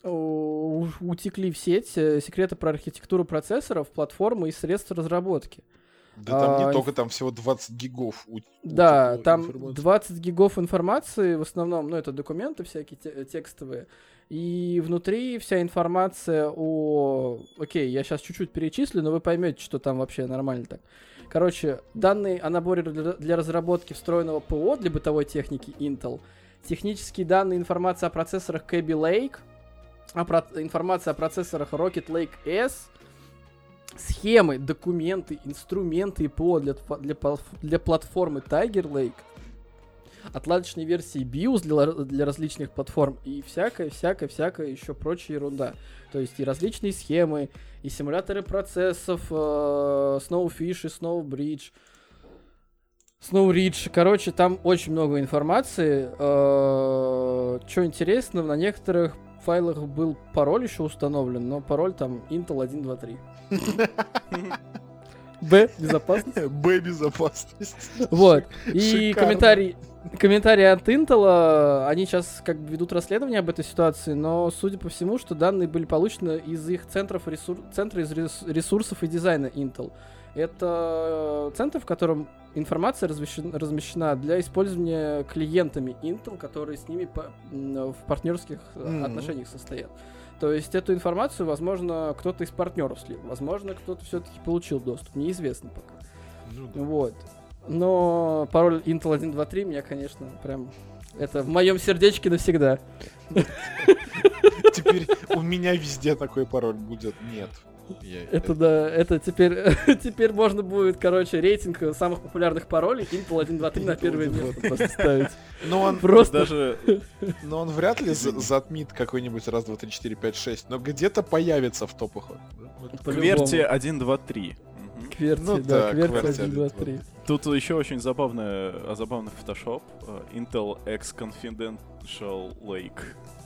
Утекли в сеть секреты про архитектуру процессоров, платформы и средств разработки. Да там не только, там всего 20 гигов. Да, там 20 гигов информации, в основном, это документы всякие текстовые. И внутри вся информация Окей, я сейчас чуть-чуть перечислю, но вы поймете, что там вообще нормально так. Короче, данные о наборе для разработки встроенного ПО для бытовой техники Intel, технические данные, информация о процессорах Kaby Lake, информация о процессорах Rocket Lake S, схемы, документы, инструменты и ПО для платформы Tiger Lake, отладочные версии BIOS для различных платформ и всякая еще прочая ерунда. То есть и различные схемы, и симуляторы процессов, Snowfish и Snowridge. Короче, там очень много информации. Что интересно, на некоторых файлах был пароль еще установлен, но пароль там Intel 123. Б безопасность. Б безопасность. Вот. И комментарии от Intel, они сейчас как бы ведут расследование об этой ситуации, но судя по всему, что данные были получены из их центра из ресурсов и дизайна Intel. Это центр, в котором информация размещена для использования клиентами Intel, которые с ними в партнерских отношениях состоят. То есть эту информацию, возможно, кто-то из партнеров слил, возможно, кто-то все-таки получил доступ, неизвестно пока. Вот. Но пароль Intel 123 меня, конечно, прям... Это в моем сердечке навсегда. Теперь у меня везде такой пароль будет. Нет. Это теперь можно будет, короче, рейтинг самых популярных паролей Intel 123 на первое место просто ставить. Но он даже... Но он вряд ли затмит какой-нибудь раз, 2, 3, 4, 5, 6, но где-то появится в топах. QWERTY 1, 2, 3. QWERTY, да, QWERTY 1, 2, 3. Тут еще очень забавный Photoshop. Intel X Confidential Lake.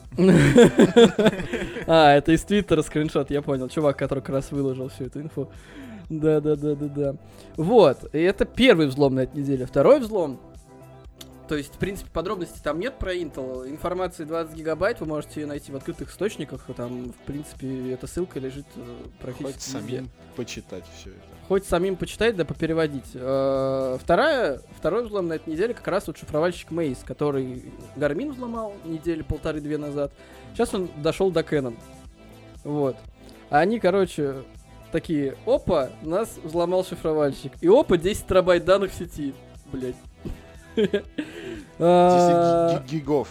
Это из Твиттера скриншот, я понял. Чувак, который как раз выложил всю эту инфу. Да. Вот, и это первый взлом на этой неделе. Второй взлом. То есть, в принципе, подробностей там нет про Intel. Информации 20 гигабайт, вы можете ее найти в открытых источниках. Там, в принципе, эта ссылка лежит практически везде. Хоть самим почитать все это. Хоть самим почитать, да попереводить. Второй взлом на этой неделе как раз вот шифровальщик Maze, который Garmin взломал недели 1,5-2 назад. Сейчас он дошел до Canon. Вот. А они, короче, такие: опа, нас взломал шифровальщик. И опа, 10 терабайт данных в сети. Блять. 10 гигов.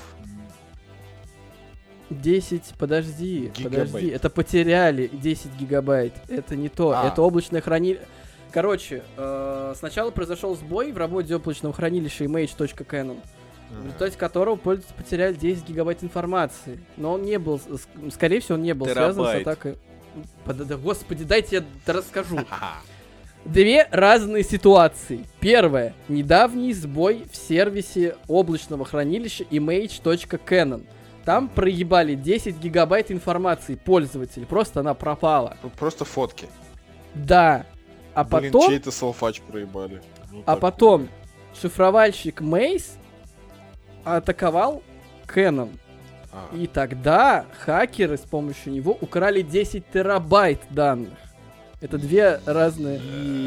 10, подожди, это потеряли 10 гигабайт, это не то, это облачное хранилище. Короче, сначала произошел сбой в работе облачного хранилища image.canon, в результате которого пользователи потеряли 10 гигабайт информации, но он не был, скорее всего, он не был связан с атакой. Господи, дайте я расскажу. Две разные ситуации. Первая. Недавний сбой в сервисе облачного хранилища image.canon. Там проебали 10 гигабайт информации пользователей. Просто она пропала. Просто фотки. Да. А потом... чей-то салфач проебали. А потом шифровальщик Мейс атаковал Canon. И тогда хакеры с помощью него украли 10 терабайт данных. Это две разные...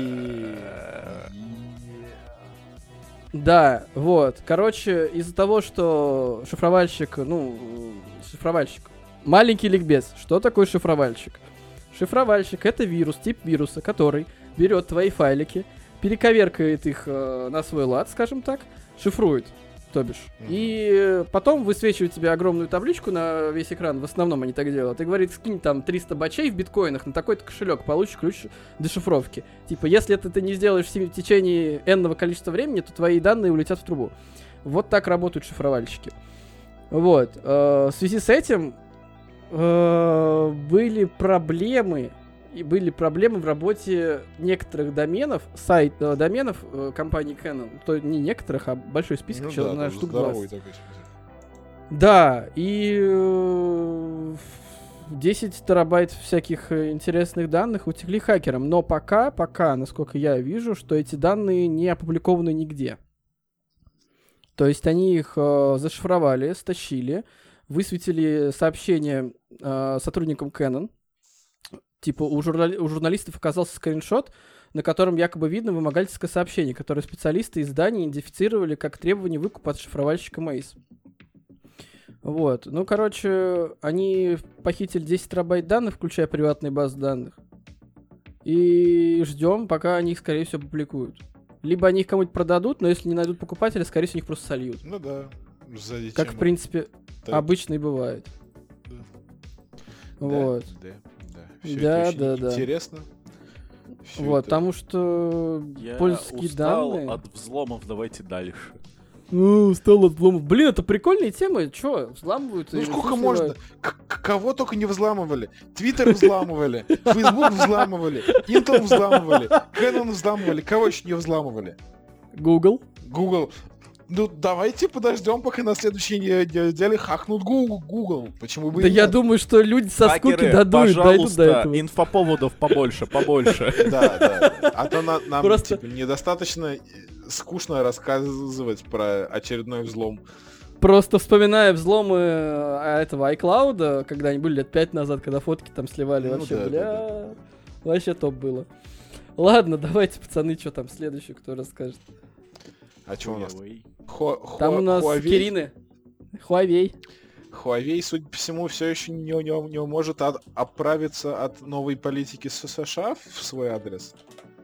Да, вот. Короче, из-за того, что шифровальщик... Маленький ликбез. Что такое шифровальщик? Шифровальщик — это вирус, тип вируса, который берет твои файлики, перековеркает их на свой лад, скажем так, шифрует, то бишь. И потом высвечивает тебе огромную табличку на весь экран, в основном они так делают, и говорит, скинь там 300 бачей в биткоинах на такой-то кошелек, получишь ключ дешифровки. Типа, если ты не сделаешь в течение энного количества времени, то твои данные улетят в трубу. Вот так работают шифровальщики. Вот. В связи с этим были проблемы в работе некоторых доменов, доменов компании Canon. То не некоторых, а большой список, штук 20. Да, и 10 терабайт всяких интересных данных утекли хакерам. Но пока, насколько я вижу, что эти данные не опубликованы нигде. То есть они их зашифровали, стащили, высветили сообщение сотрудникам Canon. Типа у журналистов оказался скриншот, на котором якобы видно вымогательское сообщение, которое специалисты издания идентифицировали как требование выкупа от шифровальщика Мейс. Вот. Ну, короче, они похитили 10 терабайт данных, включая приватные базы данных. И ждем, пока они их, скорее всего, публикуют. Либо они их кому-нибудь продадут, но если не найдут покупателя, скорее всего, их просто сольют. Ну да. Как, в принципе, так обычно и бывает. Да. Вот. Да. Интересно. Всё вот, потому что польские данные... Я устал от взломов, давайте дальше. Устал от взломов. Блин, это прикольные темы. Чё, взламывают? Ну сколько можно? Кого только не взламывали. Твиттер взламывали, Фейсбук взламывали, Intel взламывали, Canon взламывали. Кого еще не взламывали? Google. Ну, давайте подождем, пока на следующей неделе хакнут Google. Почему бы да я думаю, что люди со скуки дойдут до этого. Инфоповодов побольше. Да. А то нам недостаточно скучно рассказывать про очередной взлом. Просто вспоминая взломы этого iCloud, когда они были лет 5 назад, когда фотки там сливали, вообще топ было. Ладно, давайте, пацаны, что там следующий, кто расскажет. А что у нас? Там у нас Кирины. Huawei, судя по всему, все еще не может оправиться от новой политики США в свой адрес.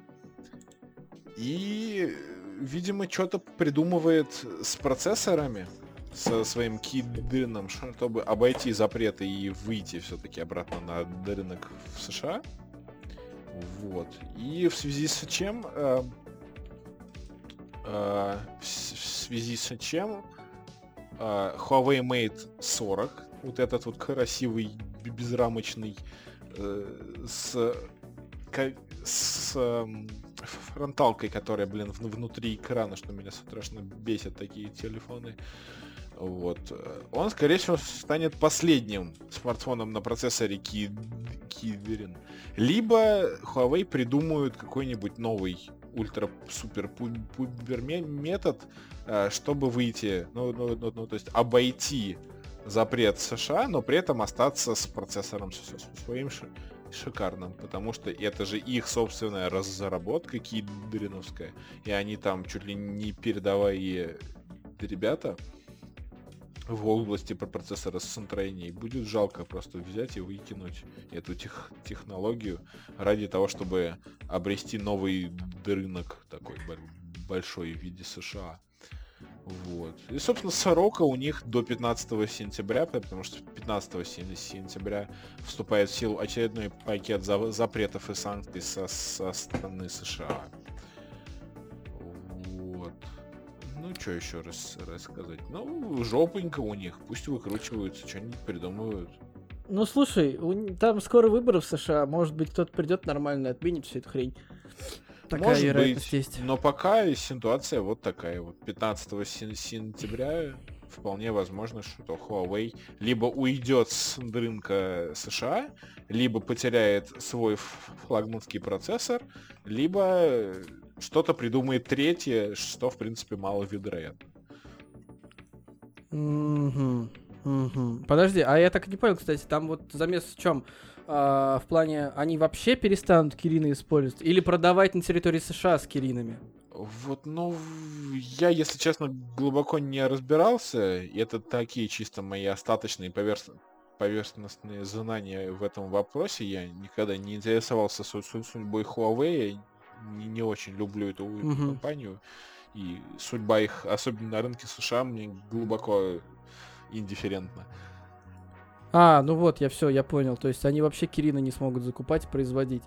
И, видимо, что-то придумывает с процессорами, со своим кидрином, чтобы обойти запреты и выйти все-таки обратно на рынок в США. Вот. И в связи с чем... Huawei Mate 40, вот этот вот красивый, безрамочный, с фронталкой, которая, внутри экрана, что меня страшно бесит такие телефоны. Вот. Он, скорее всего, станет последним смартфоном на процессоре Kirin. Либо Huawei придумают какой-нибудь новый ультра-супер-пупер метод, чтобы выйти, то есть обойти запрет США, но при этом остаться с процессором своим шикарным, потому что это же их собственная разработка кидриновская, и они там чуть ли не передовые ребята в области процессора с настроением. Будет жалко просто взять и выкинуть эту технологию ради того, чтобы обрести новый рынок такой большой в виде США. Вот. И, собственно, срока у них до 15 сентября, потому что 15 сентября вступает в силу очередной пакет запретов и санкций со стороны США. Вот. Ну, что еще раз рассказать? Ну, жопонько у них. Пусть выкручиваются, что-нибудь придумывают. Ну, слушай, там скоро выборы в США. Может быть, кто-то придет нормально, отменит всю эту хрень. Такая может быть, есть. но пока ситуация вот такая вот. 15 сентября вполне возможно, что Huawei либо уйдет с рынка США, либо потеряет свой флагманский процессор, либо что-то придумает третье, что, в принципе, маловероятно. Подожди, а я так и не понял, кстати, там вот замес в чем? В плане, они вообще перестанут Кирины использовать? Или продавать на территории США с Киринами? Вот, ну, я, если честно, глубоко не разбирался. Это такие чисто мои остаточные поверхностные знания в этом вопросе. Я никогда не интересовался судьбой Huawei. Я не очень люблю эту компанию. И судьба их, особенно на рынке США, мне глубоко индифферентна. Ну вот, я понял. То есть они вообще Кирины не смогут закупать, производить.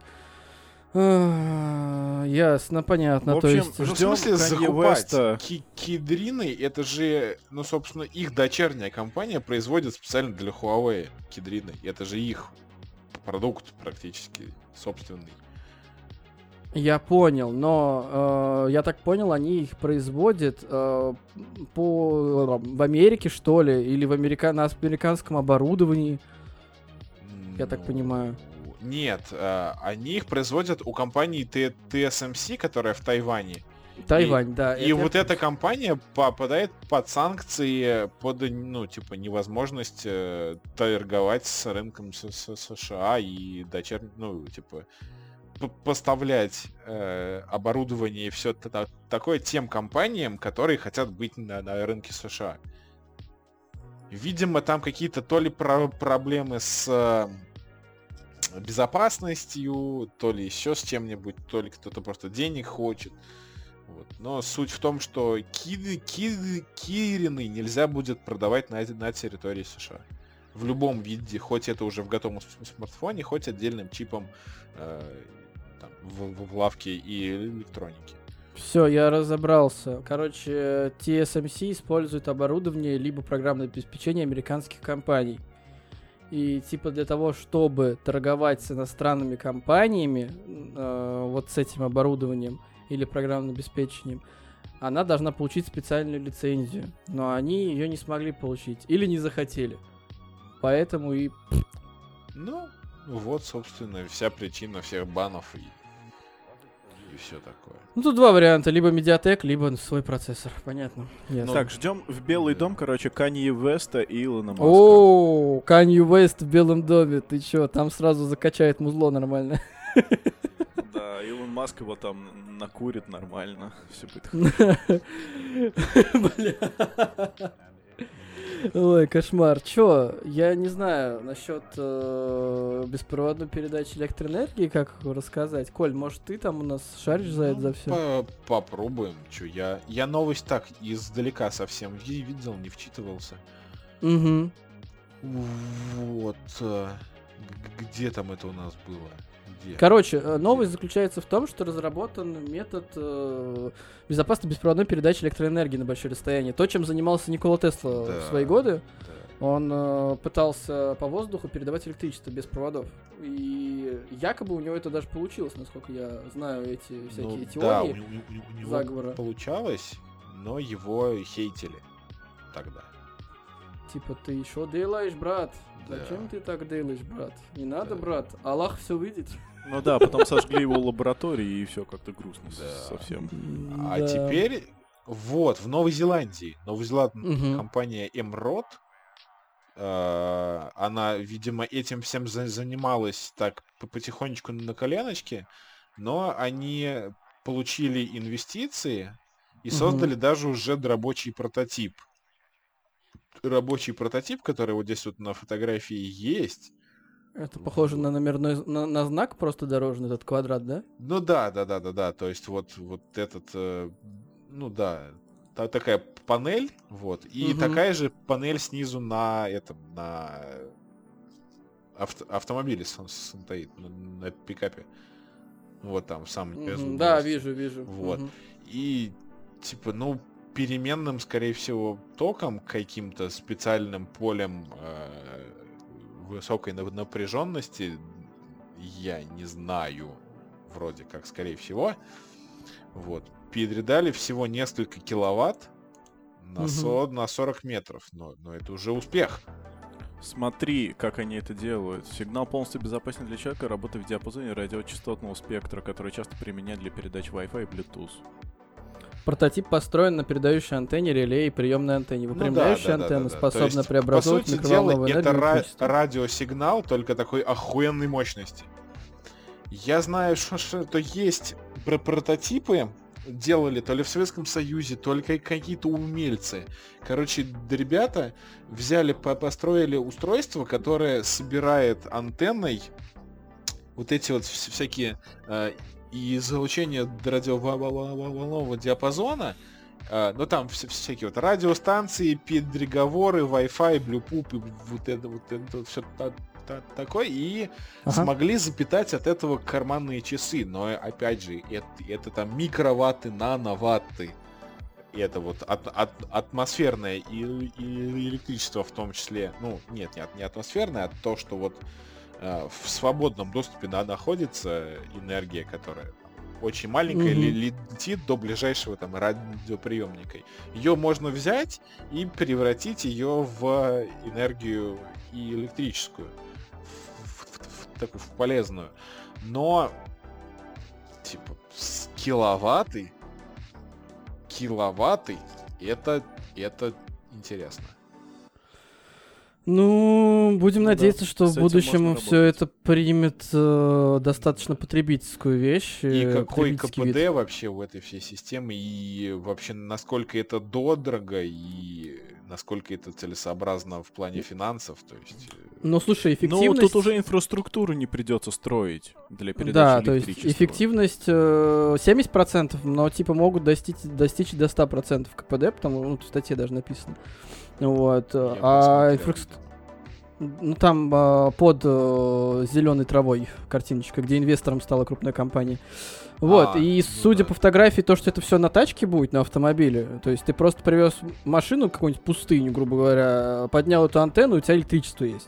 Ясно, понятно. В общем, то есть... в смысле закупать? Кедрины, это же, ну, собственно, их дочерняя компания производит специально для Huawei кедрины. Это же их продукт практически собственный. Я понял, но я так понял, они их производят в Америке, что ли, или на американском оборудовании, я так понимаю. Нет, они их производят у компании TSMC, которая в Тайване. Тайвань, да. И вот эта компания попадает под санкции, под, ну, типа, невозможность торговать с рынком США и ну, типа, поставлять оборудование и все такое тем компаниям, которые хотят быть на рынке США. Видимо, там какие-то то ли проблемы с безопасностью, то ли еще с чем-нибудь, то ли кто-то просто денег хочет. Вот. Но суть в том, что Кирины нельзя будет продавать на территории США. В любом виде, хоть это уже в готовом смартфоне, хоть отдельным чипом в лавке и электронике. Все, я разобрался. Короче, TSMC использует оборудование либо программное обеспечение американских компаний. И типа для того, чтобы торговать с иностранными компаниями, вот с этим оборудованием или программным обеспечением, она должна получить специальную лицензию. Но они ее не смогли получить или не захотели. Поэтому и... Ну, вот, собственно, вся причина всех банов и все такое. Ну, тут два варианта. Либо Mediatek, либо свой процессор. Понятно. Ну, так, ждем в Белый дом, короче, Канье Веста и Илона Маска. О, Канье Вест в Белом доме. Ты чё, там сразу закачает музло нормально. Да, Илон Маск его там накурит нормально. Все будет хорошо. Бля. Ой, кошмар. Чё, я не знаю насчет беспроводной передачи электроэнергии, как рассказать. Коль, может, ты там у нас шаришь за это, за все? Попробуем. Чё, я новость так издалека совсем видел, не вчитывался. Угу. Вот. Где там это у нас было? Где? Короче, новость заключается в том, что разработан метод безопасной беспроводной передачи электроэнергии на большое расстояние. То, чем занимался Никола Тесла в свои годы. Да. Он пытался по воздуху передавать электричество без проводов. И якобы у него это даже получилось, насколько я знаю эти всякие теории. Да, у него заговора. Получалось, но его хейтили тогда. Типа, ты что делаешь, брат? Зачем ты так делаешь, брат? Не надо, брат. Аллах все видит. Ну да, потом сожгли его лаборатории, и все как-то грустно совсем. А теперь, вот, в Новой Зеландии. Новозеландская компания Emrod, она, видимо, этим всем занималась так потихонечку на коленочке, но они получили инвестиции и создали даже уже рабочий прототип. Рабочий прототип, который вот здесь вот на фотографии есть. Это похоже на номерной на знак просто дорожный, этот квадрат, да? Ну да. То есть вот этот, ну да, такая панель, вот, и такая же панель снизу на этом, на автомобиле стоит, на пикапе. Вот там в самом низу. Да, вижу. Вот. И типа, ну, переменным, скорее всего, током, каким-то специальным полем высокой напряженности, я не знаю, вроде как, скорее всего, вот, передали всего несколько киловатт, на 40 метров. Но это уже успех. Смотри, как они это делают. Сигнал полностью безопасен для человека, работает в диапазоне радиочастотного спектра, который часто применяют для передач Wi-Fi и Bluetooth. Прототип построен на передающей антенне, реле и приемной антенне. Выпрямляющая антенна способна преобразовывать микроволновую энергию. Это радиосигнал, только такой охуенной мощности. Я знаю, что есть прототипы, делали то ли в Советском Союзе, то ли какие-то умельцы. Короче, ребята взяли, построили устройство, которое собирает антенной вот эти вот всякие и излучение радиоволнового диапазона, ну там всякие вот радиостанции, переговоры, Wi-Fi, Bluetooth, вот это все такое, и смогли запитать от этого карманные часы. Но опять же, это там микроватты, нановатты. Это вот атмосферное и электричество в том числе. Ну, нет, не атмосферное, а то, что вот в свободном доступе находится энергия, которая очень маленькая, летит до ближайшего там радиоприемника. Ее можно взять и превратить ее в энергию и электрическую, такую в полезную. Но типа киловатты, это интересно. Ну, будем надеяться, что в будущем все это примет достаточно потребительскую вещь. И какой КПД вообще у этой всей системы, и вообще насколько это дорого, и насколько это целесообразно в плане финансов, то есть... Ну, слушай, эффективность... Ну, тут уже инфраструктуру не придется строить для передачи электричества. Да, то есть эффективность 70%, но типа могут достичь до 100% КПД, потому что в статье даже написано. Вот. Ну, там под зеленой травой картиночка, где инвестором стала крупная компания. Вот, судя по фотографии, то, что это все на тачке будет, на автомобиле, то есть ты просто привез машину в какую-нибудь пустыню, грубо говоря, поднял эту антенну, у тебя электричество есть.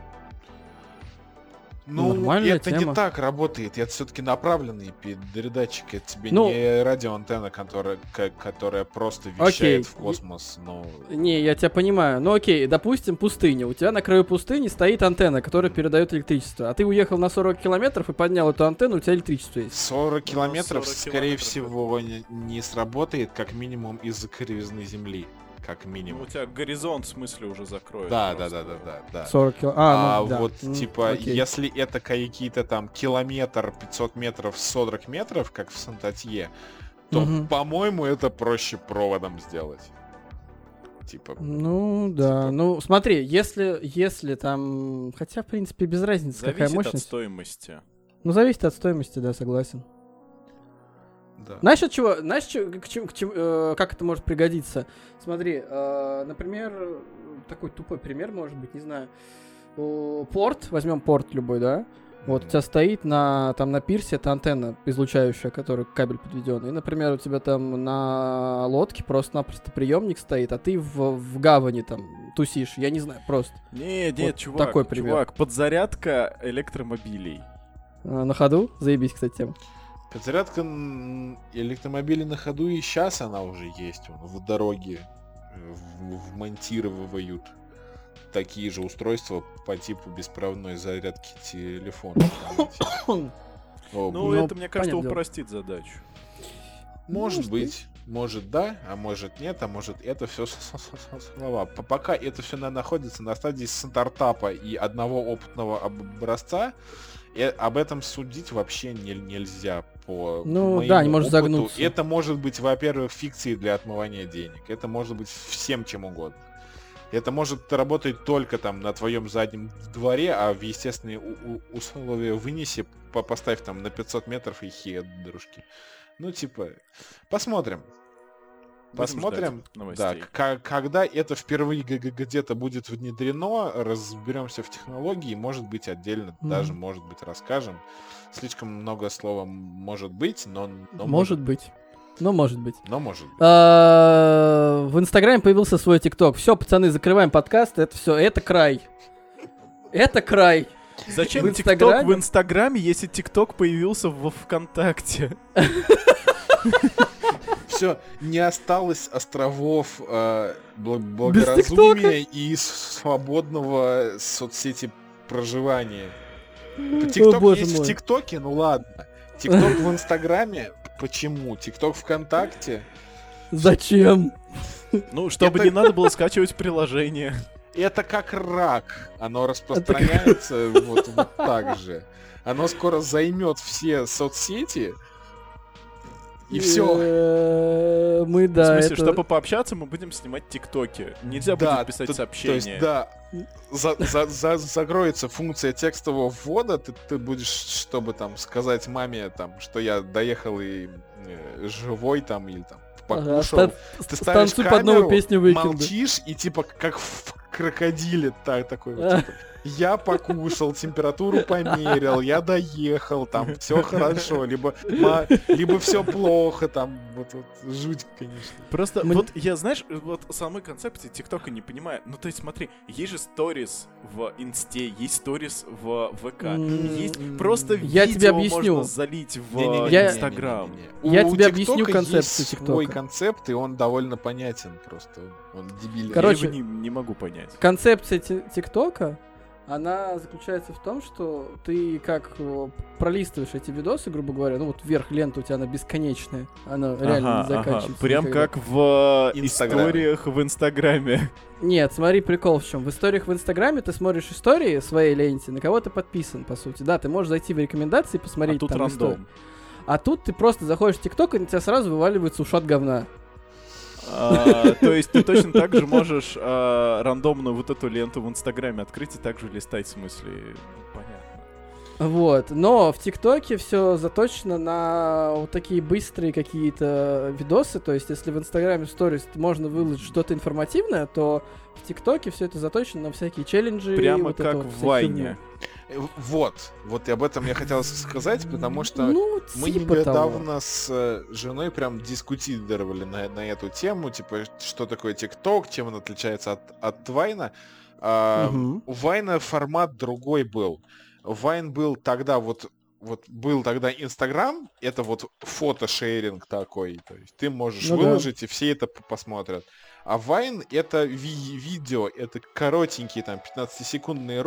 Ну, нормальная это тема. Не так работает. Это все-таки направленный передатчик. Это тебе не радиоантенна, которая просто вещает в космос. Но... Не, я тебя понимаю. Ну окей, допустим, пустыня. У тебя на краю пустыни стоит антенна, которая передает электричество. А ты уехал на 40 километров и поднял эту антенну, у тебя электричество есть. 40 километров, скорее всего, не сработает, как минимум, из-за кривизны Земли. Как минимум. Ну, у тебя горизонт, в смысле, уже закроет. Да. 40 километров. Вот, типа, если это какие-то там километр, 500 метров, 40 метров, как в Сан-Татье, то, по-моему, это проще проводом сделать. Типа. Ну, да. Типа... Ну, смотри, если там... Хотя, в принципе, без разницы, зависит какая мощность. Зависит от стоимости. Ну, зависит от стоимости, да, согласен. Да. Знаешь, от чего? Знаешь, как это может пригодиться? Смотри, например, такой тупой пример, может быть, не знаю. Порт, возьмем порт любой, да? Вот у тебя стоит на пирсе эта антенна излучающая, которой кабель подведен. И, например, у тебя там на лодке просто-напросто приемник стоит, а ты в гавани там тусишь. Я не знаю, просто. Нет, вот чувак, такой пример. Чувак, подзарядка электромобилей. На ходу? Заебись, кстати, тема. Подзарядка электромобилей на ходу и сейчас она уже есть. В дороге вмонтируют такие же устройства по типу беспроводной зарядки телефона. Ну, это, мне кажется, упростит задачу. Может быть. Может да, а может нет, а может это все слова. Пока это все находится на стадии стартапа и одного опытного образца, об этом судить вообще нельзя по моему не может опыту. Загнуться. Это может быть, во-первых, фикцией для отмывания денег. Это может быть всем чем угодно. Это может работать только там на твоем заднем дворе, а в естественные условия вынеси, поставь там на 500 метров и хе, дружки. Ну, типа, посмотрим. Посмотрим, да, когда это впервые где-то будет внедрено, разберемся в технологии, может быть, отдельно даже, может быть, расскажем. Слишком много слова может быть, но может быть. Но может быть. В Инстаграме появился свой ТикТок. Все, пацаны, закрываем подкаст. Это все, это край. Это край. Зачем ТикТок в Инстаграме, если ТикТок появился во ВКонтакте? Все, не осталось островов благоразумия и свободного соцсети проживания. ТикТок есть в ТикТоке, ну ладно. ТикТок в Инстаграме, почему? ТикТок ВКонтакте. Зачем? Ну, чтобы не надо было скачивать приложение. Это как рак. Оно распространяется вот так же. Оно скоро займет все соцсети. И все. Мы, да, в смысле, чтобы пообщаться, мы будем снимать ТикТоки. Нельзя будет писать сообщения. То есть, да, закроется функция текстового ввода, ты будешь, чтобы там сказать маме, там, что я доехал и живой там, или там покушал. Ты ставишь камеру, молчишь, и типа как в крокодиле такой вот, типа, я покушал, температуру померил, я доехал, там все хорошо, либо все плохо, там вот жуть, конечно. Просто вот я, знаешь, вот самой концепции ТикТока не понимаю. Ну то есть смотри, есть же сторис в Инсте, есть сторис в ВК, есть просто видео можно залить в Инстаграм. Я тебе объясню концепцию ТикТока. Свой концепт, и он довольно понятен просто, он дебильный. Короче, я его не могу понять. Концепция ТикТока, она заключается в том, что ты как пролистываешь эти видосы, грубо говоря, ну вот вверх лента у тебя она бесконечная, она реально не заканчивается. Прям никогда. Как в историях в Инстаграме. Нет, смотри, прикол в чем. В историях в Инстаграме ты смотришь истории в своей ленте, на кого ты подписан, по сути. Да, ты можешь зайти в рекомендации и посмотреть тут там рандом. историю. А тут ты просто заходишь в ТикТок, и на тебя сразу вываливается ушат говна. То есть ты точно так же можешь рандомно вот эту ленту в Инстаграме открыть и также листать, в смысле, понятно. Вот, но в ТикТоке все заточено на вот такие быстрые какие-то видосы, то есть если в Инстаграме в сторис можно выложить что-то информативное, то в ТикТоке все это заточено на всякие челленджи. Прямо вот как в Вайне. Вот и об этом я хотел сказать, потому что мы типа недавно с женой прям дискутировали на эту тему, типа, что такое ТикТок, чем он отличается от Вайна. У Вайна формат другой был. Вайн был тогда был тогда Инстаграм, это вот фотошеринг такой, то есть ты можешь выложить, и все это посмотрят. А Вайн это видео, это коротенькие там 15-секундные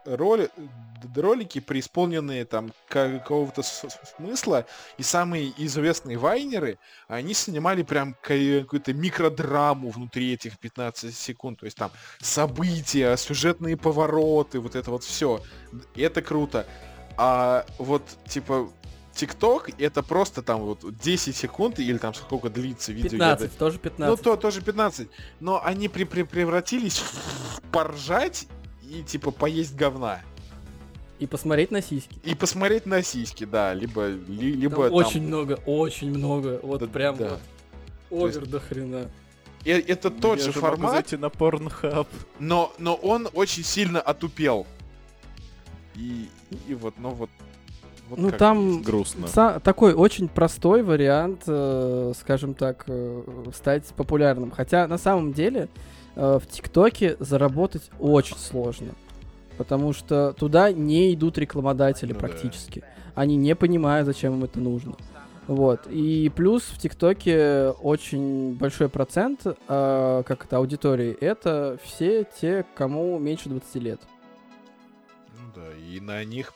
ролики, преисполненные там какого-то смысла. И самые известные вайнеры, они снимали прям какую-то микродраму внутри этих 15 секунд. То есть там события, сюжетные повороты, вот это вот все. И это круто. А вот типа ТикТок это просто там вот 10 секунд или там сколько длится видео. 15, тоже 15. Ну, тоже 15. Но они превратились в поржать и типа поесть говна. И посмотреть на сиськи. Да. Либо там... Очень много. Вот да, прям да. Вот. Овер до хрена. Это тот же формат. Могу зайти на Pornhub. Но он очень сильно отупел. И вот, ну там грустно. Такой очень простой вариант, скажем так, стать популярным. Хотя на самом деле в ТикТоке заработать очень сложно. Потому что туда не идут рекламодатели практически. Да. Они не понимают, зачем им это нужно. Вот. И плюс в ТикТоке очень большой процент аудитории это все те, кому меньше 20 лет. Да, и на них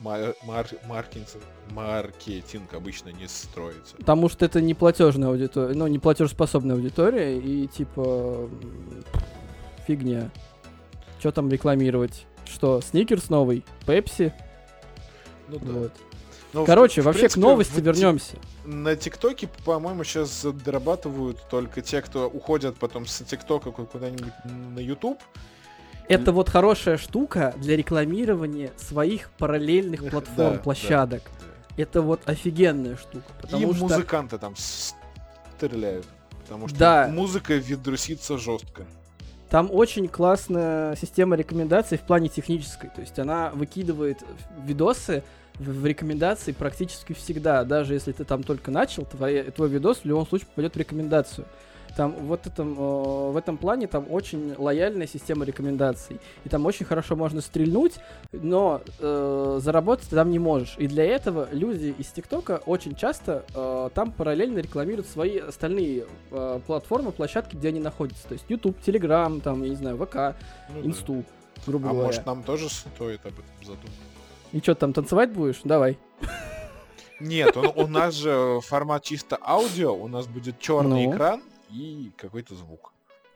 маркетинг обычно не строится. Потому что это не платежная аудитория, не платежеспособная аудитория, и типа фигня. Что там рекламировать? Что, Сникерс новый? Пепси? Ну да. Вот. Короче, вообще принципе, к новости вернемся. На ТикТоке, по-моему, сейчас дорабатывают только те, кто уходят потом с ТикТока куда-нибудь на YouTube. Это вот хорошая штука для рекламирования своих параллельных платформ, площадок. Да. Это вот офигенная штука. И что... музыканты там стреляют. Потому что музыка видрусится жестко. Там очень классная система рекомендаций в плане технической. То есть она выкидывает видосы в рекомендации практически всегда. Даже если ты там только начал, твой видос в любом случае попадет в рекомендацию. Там в этом плане там очень лояльная система рекомендаций. И там очень хорошо можно стрельнуть, но заработать ты там не можешь. И для этого люди из ТикТока очень часто там параллельно рекламируют свои остальные платформы, площадки, где они находятся. То есть YouTube, Telegram, там, я не знаю, ВК, Инсту, грубо говоря. Может, нам тоже стоит об этом задуматься? И что, там танцевать будешь? Давай. Нет, у нас же формат чисто аудио, у нас будет черный экран и какой-то звук.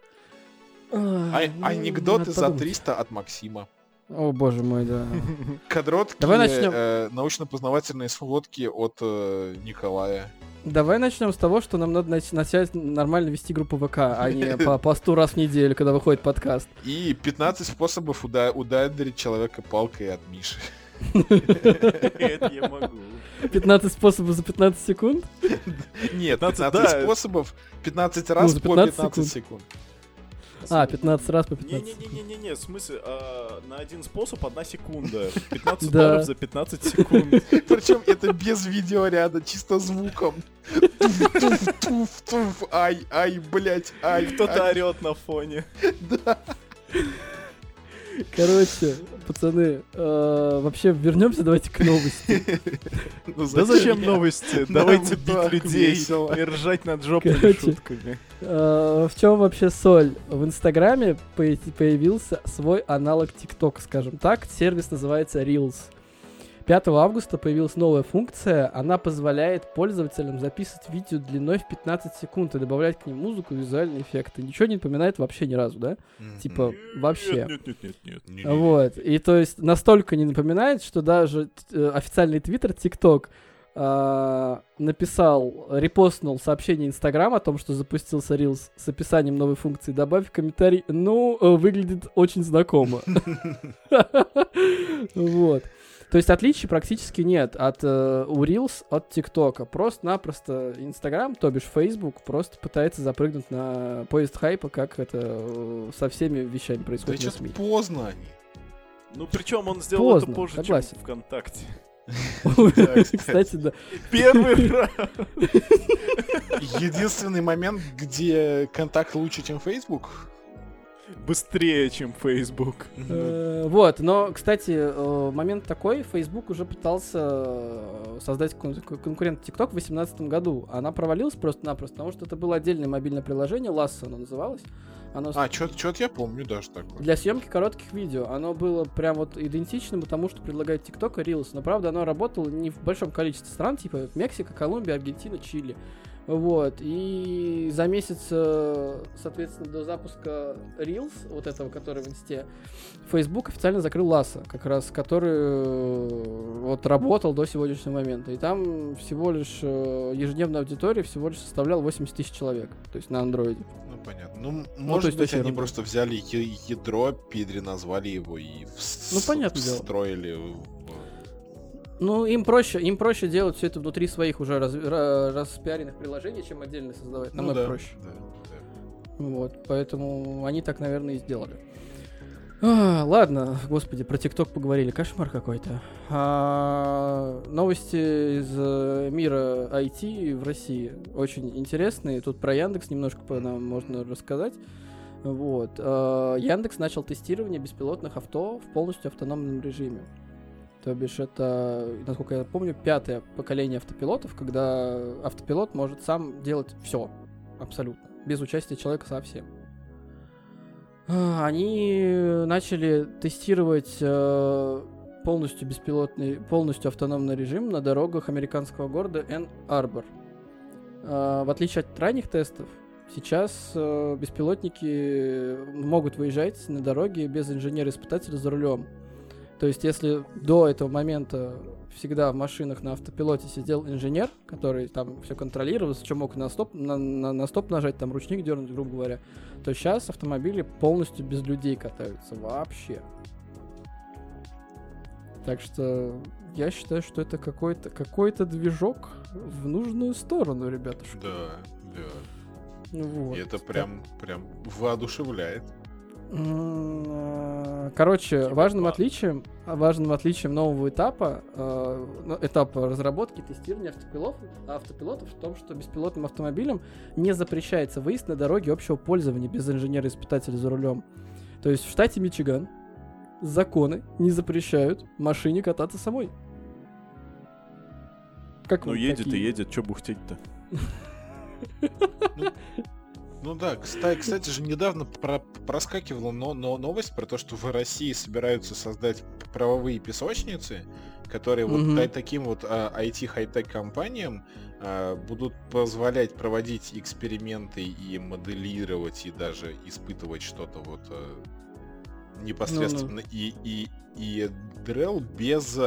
Анекдоты за 300 от Максима. О, боже мой, да. Короткие научно-познавательные сводки от Николая. Давай начнем с того, что нам надо начать нормально вести группу ВК, а не по посту раз в неделю, когда выходит подкаст. И 15 способов ударить человека палкой от Миши. Это я могу. 15 способов за 15 секунд? Нет, 15 способов 15 раз по 15 секунд. 15 раз по 15 секунд. Не-не-не, в смысле, на один способ 1 секунда. 15 ударов за 15 секунд. Причем это без видеоряда, чисто звуком. Туф-туф-туф, ай, блять, ай. Кто-то орет на фоне. Да. Короче, пацаны, вообще вернемся, давайте к новости. Да зачем новости? Давайте бить людей и ржать над жопными шутками. В чем вообще соль? В Инстаграме появился свой аналог ТикТок, скажем так. Сервис называется Reels. 5 августа появилась новая функция. Она позволяет пользователям записывать видео длиной в 15 секунд и добавлять к ним музыку и визуальные эффекты. Ничего не напоминает вообще ни разу, да? Типа, вообще. Нет. Вот. И то есть настолько не напоминает, что даже официальный твиттер TikTok репостнул сообщение Instagram о том, что запустился Reels с описанием новой функции. Добавь комментарий. Выглядит очень знакомо. Вот. То есть отличий практически нет у Reels от ТикТока. Просто-напросто Instagram, то бишь Facebook, просто пытается запрыгнуть на поезд хайпа, как это со всеми вещами происходит на СМИ. Поздно они. Причем он сделал это позже, чем ВКонтакте. Кстати, да. Первый раз. Единственный момент, где контакт лучше, чем Facebook. Быстрее, чем Facebook. Вот, но, кстати, момент такой, Facebook уже пытался создать конкурент TikTok в 2018 году. Она провалилась просто-напросто, потому что это было отдельное мобильное приложение, Lasso оно называлось. Чё-то я помню даже такое. Для съемки коротких видео. Оно было прям вот идентичным тому, что предлагает TikTok и Reels. Но, правда, оно работало не в большом количестве стран, типа Мексика, Колумбия, Аргентина, Чили. Вот, и за месяц, соответственно, до запуска Reels, вот этого, который в Инсте, Facebook официально закрыл Lasso, как раз, который вот работал до сегодняшнего момента. И там всего лишь ежедневная аудитория всего лишь составляла 80 тысяч человек, то есть на андроиде. Ну, понятно. Может быть, они просто взяли ядро, переназвали его и встроили... Ну, им проще делать все это внутри своих уже распиаренных приложений, чем отдельно создавать. Намного проще. Да. Вот, поэтому они так, наверное, и сделали. Ладно, господи, про ТикТок поговорили. Кошмар какой-то. Новости из мира IT в России очень интересные. Тут про Яндекс немножко нам можно рассказать. Вот. Яндекс начал тестирование беспилотных авто в полностью автономном режиме. То бишь это, насколько я помню, 5-е поколение автопилотов, когда автопилот может сам делать все, абсолютно, без участия человека совсем. Они начали тестировать полностью полностью автономный режим на дорогах американского города Энн-Арбор. В отличие от ранних тестов, сейчас беспилотники могут выезжать на дороге без инженера-испытателя за рулем. То есть, если до этого момента всегда в машинах на автопилоте сидел инженер, который там все контролировал, что мог на стоп нажать, там ручник дернуть, грубо говоря, то сейчас автомобили полностью без людей катаются вообще. Так что я считаю, что это какой-то движок в нужную сторону, ребятушки. Да. Вот. И это прям воодушевляет. Короче, важным отличием нового этапа, этапа разработки, тестирования автопилотов в том, что беспилотным автомобилям не запрещается выезд на дороге общего пользования без инженера-испытателя за рулем. То есть в штате Мичиган законы не запрещают машине кататься самой. Как едет и едет, чё бухтеть-то? Ну да, кстати же, недавно проскакивала новость про то, что в России собираются создать правовые песочницы, которые вот таким вот IT-хай-тек компаниям будут позволять проводить эксперименты и моделировать, и даже испытывать что-то вот непосредственно и дрел без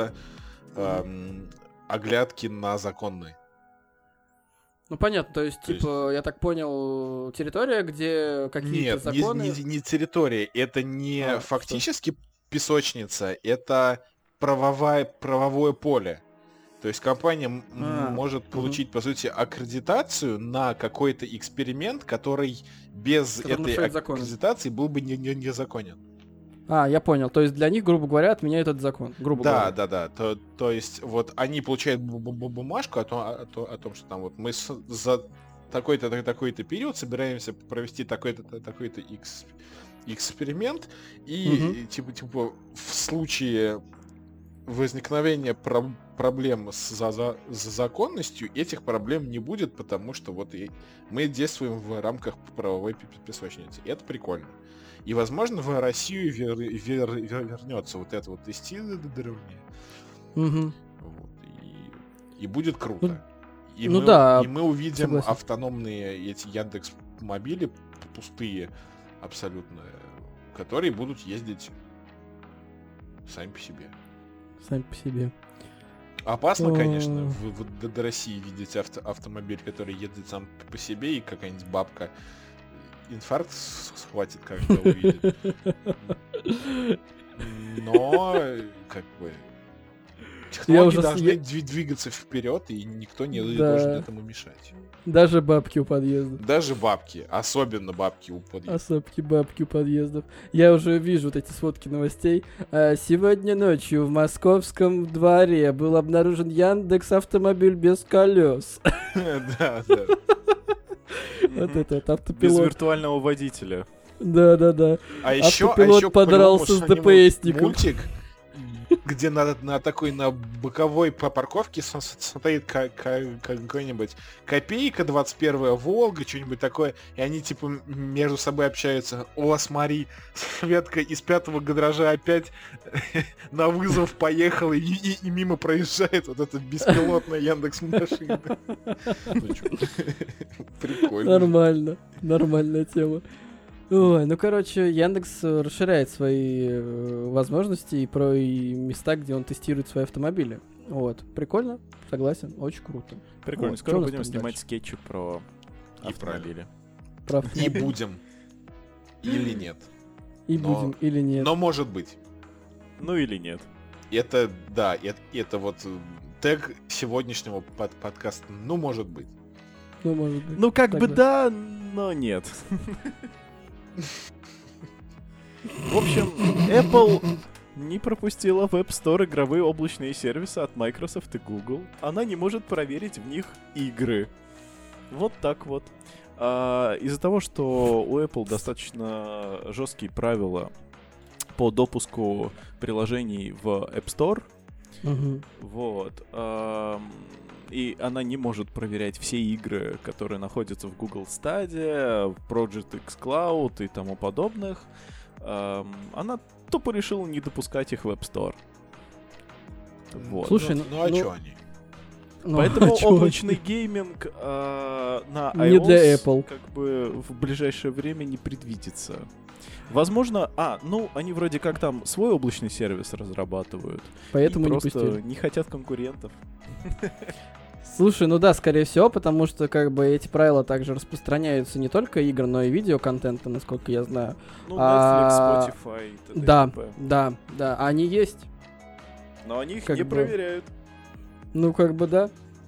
оглядки на законы. Ну, понятно, то есть, типа, я так понял, территория, где какие-то законы... Нет, не территория, это не фактически песочница, это правовое поле. То есть компания может получить, по сути, аккредитацию на какой-то эксперимент, который без этой аккредитации был бы незаконен. Я понял. То есть для них, грубо говоря, отменяют этот закон. Да. То есть вот они получают бумажку о том, что там вот мы за такой-то период собираемся провести такой-то эксперимент, и типа в случае возникновения проблем с законностью этих проблем не будет, потому что вот мы действуем в рамках правовой песочницы. И это прикольно. И, возможно, в Россию вернется вот это вот тестирование. Вот, и будет круто. И мы увидим автономные эти Яндекс.Мобили, пустые абсолютно, которые будут ездить сами по себе. Опасно, конечно, до России видеть автомобиль, который едет сам по себе, и какая-нибудь бабка инфаркт схватит, когда увидит. Но, как бы, технологии должны двигаться вперед, и никто не должен этому мешать. Даже бабки у подъездов. Даже бабки, особенно бабки у подъездов. Я уже вижу вот эти сводки новостей. Сегодня ночью в московском дворе был обнаружен Яндекс.Автомобиль без колес. Да. Вот этот автопилот. Без виртуального водителя. Да. А еще подрался с ДПСником. Мультик, где на такой, на боковой парковке стоит какой-нибудь Копейка, 21-я Волга, что-нибудь такое, и они типа между собой общаются. О, смотри, Светка из 5-го гаража опять на вызов поехала, и мимо проезжает вот эта беспилотная Яндекс.Машина. Прикольно. Нормальная тема. Ой, короче, Яндекс расширяет свои возможности и места, где он тестирует свои автомобили. Вот, прикольно, согласен, очень круто. Прикольно, скоро будем снимать скетчи про автомобили. И будем. Или нет. Будем, или нет. Но может быть. Ну или нет. Это, да, это вот тег сегодняшнего подкаста. Ну, может быть. Ну, как бы да, но нет. В общем, Apple не пропустила в App Store игровые облачные сервисы от Microsoft и Google. Она не может проверить в них игры. Вот так вот. Из-за того, что у Apple достаточно жесткие правила по допуску приложений в App Store, вот, и она не может проверять все игры, которые находятся в Google Stadia, в Project xCloud и тому подобных. Она тупо решила не допускать их в App Store. Вот. Слушай, а чё они? Поэтому облачный гейминг на iOS не для Apple. Как бы в ближайшее время не предвидится. Возможно, они вроде как там свой облачный сервис разрабатывают. Поэтому и не просто пустили. Не хотят конкурентов. Слушай, скорее всего, потому что как бы эти правила также распространяются не только игр, но и видеоконтента, насколько я знаю. Netflix, Spotify, т.д. Да, они есть. Но они их как не бы проверяют. Ну, как бы да.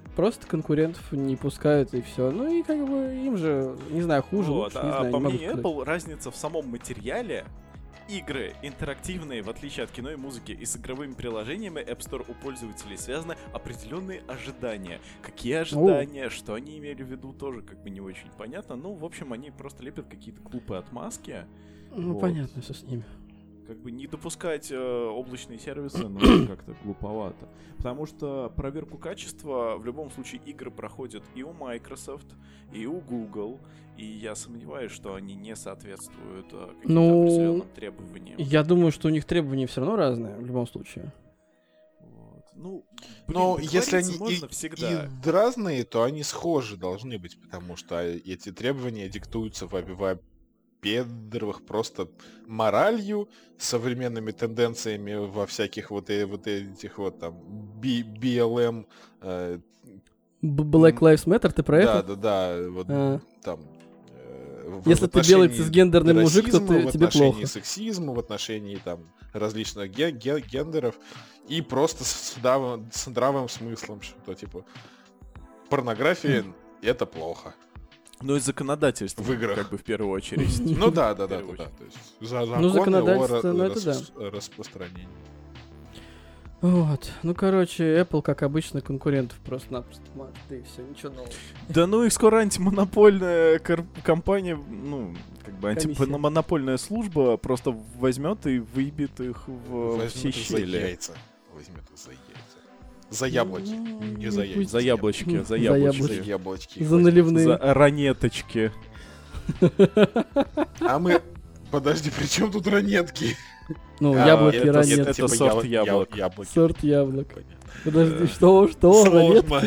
просто конкурентов не пускают, и все. Ну и как бы им же, не знаю, хуже, Вот, лучше, не знаю, по не могу мнению сказать. Apple, разница в самом материале. Игры интерактивные, в отличие от кино и музыки, и с игровыми приложениями App Store у пользователей связаны определенные ожидания. Какие ожидания, что они имели в виду, тоже как бы не очень понятно. Ну, в общем, они просто лепят какие-то глупые отмазки. Ну, Вот. понятно, что с ними. Как бы не допускать облачные сервисы, ну, как-то глуповато. Потому что проверку качества в любом случае игры проходят и у Microsoft, и у Google. И я сомневаюсь, что они не соответствуют каким-то определенным требованиям. Я думаю, что у них требования все равно разные, в любом случае. Вот. Ну, Но блин, если они можно всегда. и разные, то они схожи должны быть, потому что эти требования диктуются во-первых, просто моралью, современными тенденциями во всяких вот этих вот там BLM. Black Lives Matter, ты про это? Да, вот там. Если ты белый цисгендерный мужик, то тебе плохо. В отношении сексизма, в отношении там различных гендеров и просто с здравым смыслом, что типа порнография это плохо. Ну и законодательство в играх, как бы в первую очередь. Ну да. То есть законы о распространении. Вот. Ну, короче, Apple, как обычно, конкурентов просто-напросто мат, да и все, ничего нового. Да ну их скоро антимонопольная компания, ну, как бы антимонопольная служба просто возьмет и выебет их в все щели. Возьмет их за яйца. За яблоки, не за яйца. За яблочки, за яблочки. За наливные. За ранеточки. А мы... Подожди, при чем тут ранетки? Ну, яблоки, ранетки. Это сорт яблок. Сорт яблок. Подожди, что? Сложно.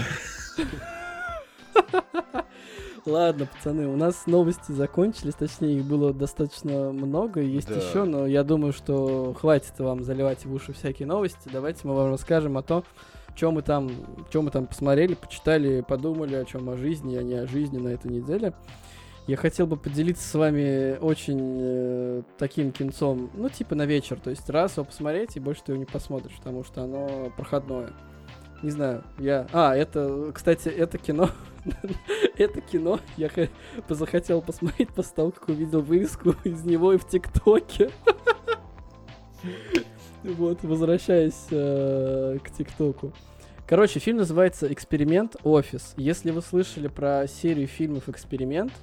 Ладно, пацаны, у нас новости закончились, точнее, их было достаточно много, есть еще, но я думаю, что хватит вам заливать в уши всякие новости. Давайте мы вам расскажем о том, что мы там посмотрели, почитали, подумали, о чем о жизни, а не о жизни на этой неделе. Я хотел бы поделиться с вами очень таким кинцом, ну, типа на вечер, то есть раз его посмотреть, и больше ты его не посмотришь, потому что оно проходное. Не знаю, кстати, это кино, я захотел посмотреть после того, как увидел вырезку из него и в ТикТоке. Вот, возвращаясь к ТикТоку. Короче, фильм называется «Эксперимент. Офис». Если вы слышали про серию фильмов «Эксперимент»,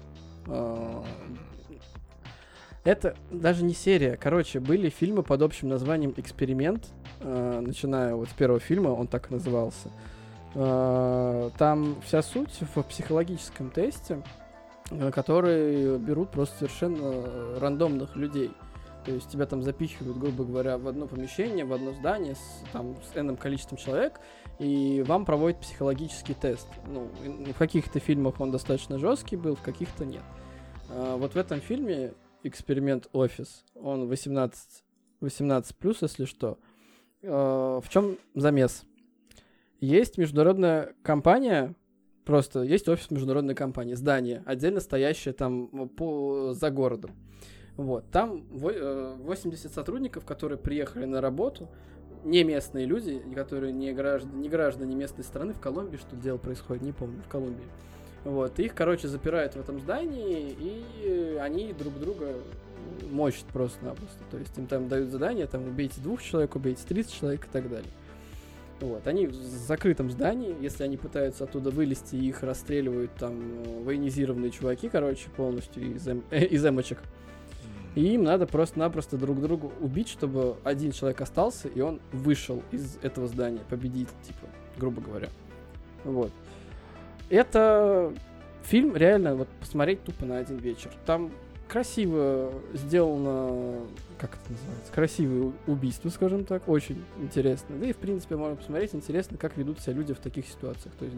это даже не серия. Короче, были фильмы под общим названием «Эксперимент», начиная вот с первого фильма, он так и назывался. Там вся суть в психологическом тесте, который берут просто совершенно рандомных людей. То есть тебя там запихивают, грубо говоря, в одно помещение, в одно здание с энным количеством человек, и вам проводят психологический тест. Ну, в каких-то фильмах он достаточно жесткий был, в каких-то нет. Вот в этом фильме «Эксперимент. Офис», он 18+, если что. В чем замес? Есть международная компания, просто есть офис международной компании, здание, отдельно стоящее там за городом. Вот, там 80 сотрудников, которые приехали на работу, не местные люди, которые не граждане местной страны, в Колумбии, что дело происходит, не помню, в Колумбии. Вот, их, короче, запирают в этом здании, и они друг друга мочат просто-напросто. То есть им там дают задание, там, убейте 2 человек, убейте 30 человек и так далее. Вот, они в закрытом здании, если они пытаются оттуда вылезти, их расстреливают там военизированные чуваки, короче, полностью из эмочек. И им надо просто-напросто друг друга убить, чтобы один человек остался, и он вышел из этого здания, победитель, типа, грубо говоря. Вот. Это фильм реально вот посмотреть тупо на один вечер. Там красиво сделано, как это называется, красивые убийства, скажем так, очень интересно. Да и, в принципе, можно посмотреть, интересно, как ведут себя люди в таких ситуациях. То есть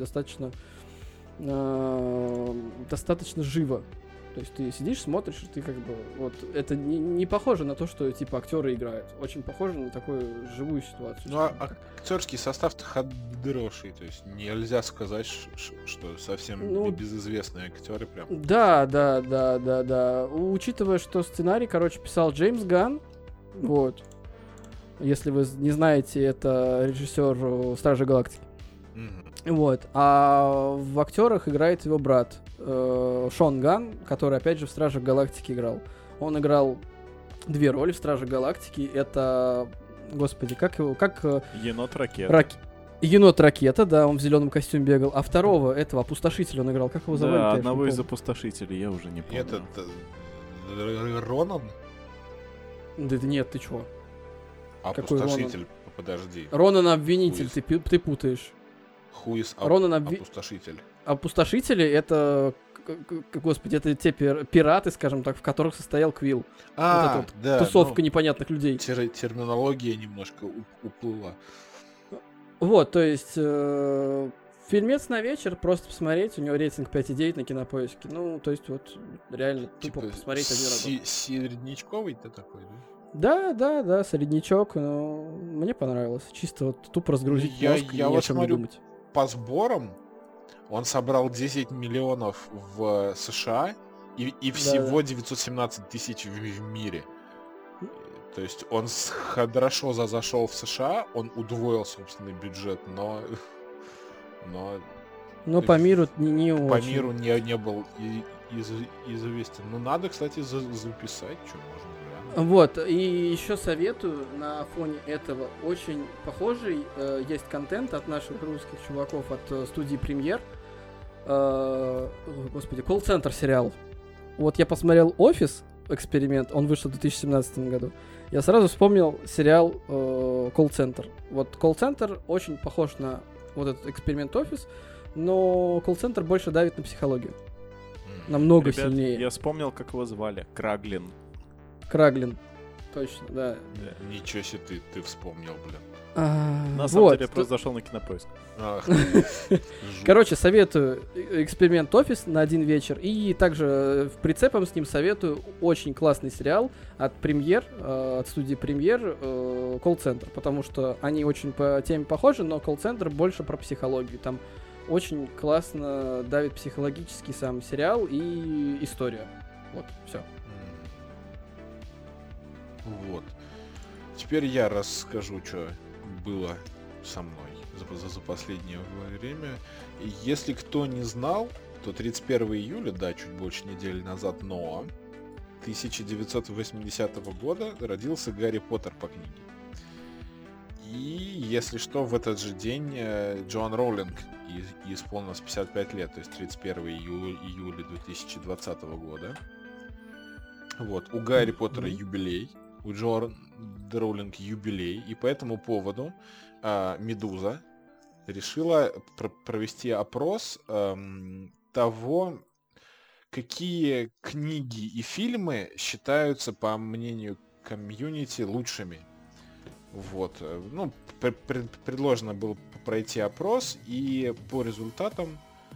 достаточно живо. То есть ты сидишь, смотришь, и ты как бы... Вот это не похоже на то, что типа актеры играют. Очень похоже на такую живую ситуацию. Ну, актерский состав-то хороший. То есть нельзя сказать, что совсем безызвестные актеры прям. Да. Учитывая, что сценарий, короче, писал Джеймс Ганн. Вот. Если вы не знаете, это режиссер «Стражи Галактики». Вот. А в актерах играет его брат Шон Ган, который, опять же, в Стражах Галактики играл. Он играл 2 роли в Стражах Галактики. Это, господи, как его... Енот-ракета. Енот-ракета, да, он в зеленом костюме бегал. А второго, этого опустошителя он играл. Как его звали? Да, одного из опустошителей, я уже не помню. Этот... Ронан? Да нет, ты чего? Опустошитель, подожди. Ронан обвинитель, ты путаешь. Хуис опустошитель. Опустошители — это, господи, это те пираты, скажем так, в которых состоял Квилл. Вот да. Тусовка непонятных людей. Терминология немножко уплыла. Вот, то есть фильмец на вечер, просто посмотреть, у него рейтинг 5,9 на Кинопоиске. Ну, то есть вот реально тупо посмотреть один раз. Среднячковый ты такой, да? Да, среднячок, но мне понравилось. Чисто вот тупо разгрузить мозг и ни о чем не думать. По сборам он собрал 10 миллионов в США и всего 917 тысяч в мире. То есть он хорошо зашел в США, он удвоил собственный бюджет, но по миру не очень. По миру не был известен. Ну, надо, кстати, записать, что можно. Вот, и еще советую, на фоне этого очень похожий есть контент от наших русских чуваков от студии Премьер. Господи, колл-центр сериал. Вот я посмотрел «Офис», эксперимент, он вышел в 2017 году. Я сразу вспомнил сериал «Колл-центр». Вот «Колл-центр» очень похож на вот этот эксперимент «Офис», но «Колл-центр» больше давит на психологию. Намного Ребят, сильнее. Я вспомнил, как его звали. Краглин. Точно, да. Ничего себе ты вспомнил, блин. На самом деле я просто зашел на Кинопоиск. Короче, советую эксперимент «Офис» на один вечер. И также в прицепом с ним советую очень классный сериал от Премьер, от студии Премьер, «Колл-центр». Потому что они очень по теме похожи, но «Колл-центр» больше про психологию. Там очень классно давит психологический сам сериал и история. Вот, все. Вот. Теперь я расскажу, что было со мной за последнее время. Если кто не знал, то 31 июля, да, чуть больше недели назад, но 1980 года родился Гарри Поттер по книге. И, если что, в этот же день Джоан Роулинг исполнилось 55 лет, то есть 31 июля 2020 года. Вот, у Гарри Поттера юбилей. У Джоан Роулинг юбилей, и по этому поводу Медуза решила провести опрос того, какие книги и фильмы считаются, по мнению комьюнити, лучшими. Вот. Ну, предложено было пройти опрос, и по результатам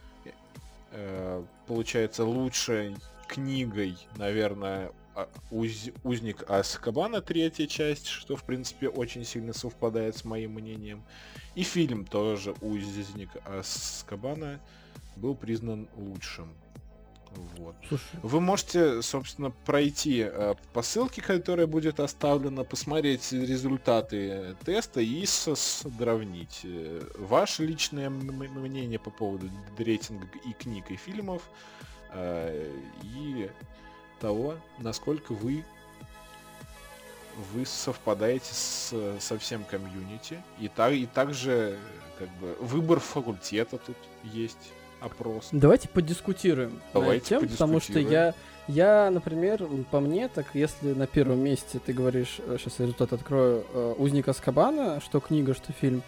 получается лучшей книгой, наверное, «Узник Азкабана», 3-я часть, что, в принципе, очень сильно совпадает с моим мнением. И фильм тоже «Узник Азкабана» был признан лучшим. Вот. Вы можете, собственно, пройти по ссылке, которая будет оставлена, посмотреть результаты теста и сравнить ваше личное мнение по поводу рейтинга и книг, и фильмов, и того, насколько вы совпадаете со всем комьюнити. И также как бы выбор факультета тут есть, опрос. Давайте подискутируем на эту тему, потому что я, например, по мне, так если на первом месте ты говоришь, сейчас я результат открою, «Узник Азкабана», что книга, что фильм,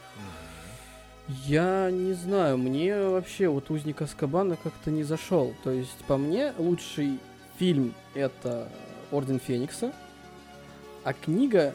я не знаю, мне вообще вот «Узник Азкабана» как-то не зашел. То есть, по мне, лучший фильм — это «Орден Феникса», а книга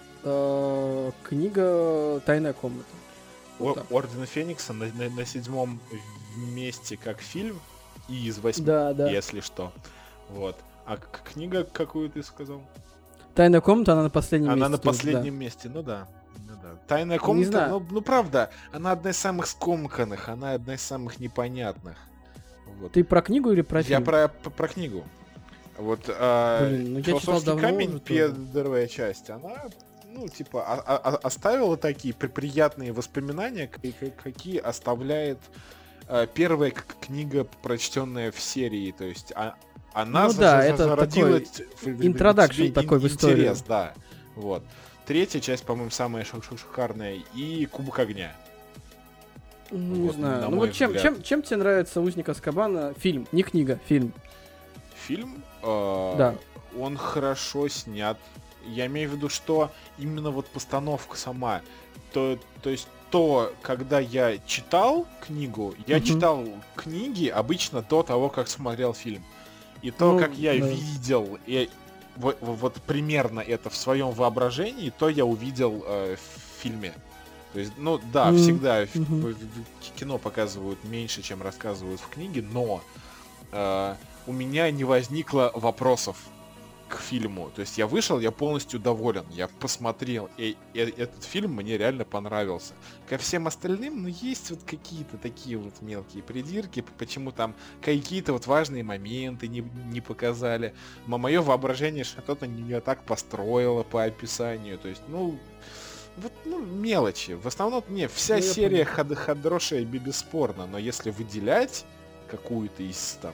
«Тайная комната». Вот «Орден Феникса» на 7-м месте как фильм и из 8, если что. Вот. А книга, какую ты сказал? «Тайная комната», она на последнем месте. Она на последнем месте, ну да. «Тайная комната», ну правда, она одна из самых скомканных, она одна из самых непонятных. Вот. Ты про книгу или про фильм? Я про книгу. Вот «Философский камень», первая часть, она, ну, типа, оставила такие приятные воспоминания, какие оставляет первая книга, прочтенная в серии. То есть она зародила интродакшн такой в историю. Интерес, да. Вот. Третья часть, по-моему, самая шикарная. И Кубок огня. Не знаю. Ну вот чем тебе нравится «Узник Азкабана»? Фильм, не книга, фильм. Фильм? Да. Он хорошо снят. Я имею в виду, что именно вот постановка сама. То есть когда я читал книгу, я читал книги обычно до того, как смотрел фильм. И то, как я видел, вот примерно это в своем воображении, то я увидел в фильме. То есть, ну да, всегда в кино показывают меньше, чем рассказывают в книге, но у меня не возникло вопросов к фильму. То есть я вышел, я полностью доволен, я посмотрел, и этот фильм мне реально понравился. Ко всем остальным, ну, есть вот какие-то такие вот мелкие придирки, почему там какие-то вот важные моменты не показали. Мое воображение что-то не так построило по описанию. То есть, ну, вот, ну, мелочи. В основном, вся серия хорошая бесспорно, но если выделять какую-то из там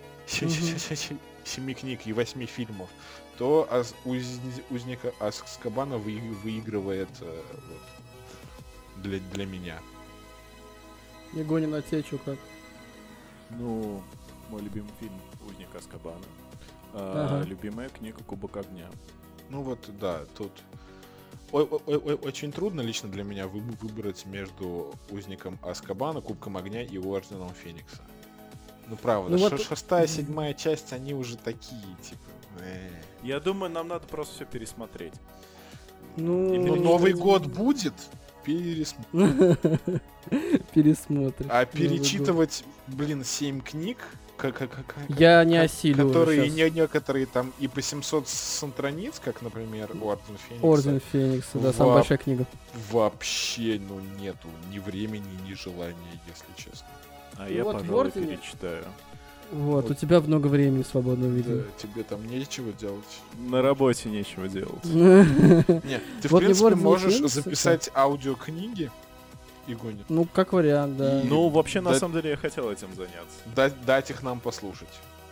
7 книг и 8 фильмов, то «Узника Азкабана» выигрывает для меня. Егонин, а тебе что как? Ну, мой любимый фильм «Узник Азкабана». Любимая книга «Кубок огня». Ну вот, да, тут очень трудно лично для меня выбрать между «Узником Азкабана», «Кубком огня» и «Орденом Феникса». Ну правда, ну, вот... 6-я, 7-я часть, они уже такие, типа. Я думаю, нам надо просто все пересмотреть. Ну, Новый год будет, пересмотрим. А перечитывать, 7 книг, я не осилю. Которые некоторые там и по 700 страниц, как, например, Орден Феникса. Орден Феникса, да, самая большая книга. Вообще, нету ни времени, ни желания, если честно. А я, пожалуй, перечитаю. Вот, у тебя много времени свободного, видимо. Да, тебе там нечего делать. На работе нечего делать. Нет, ты, в принципе, можешь записать аудиокниги и гонить. Ну, как вариант, да. Ну, вообще, на самом деле, я хотел этим заняться. Дать их нам послушать.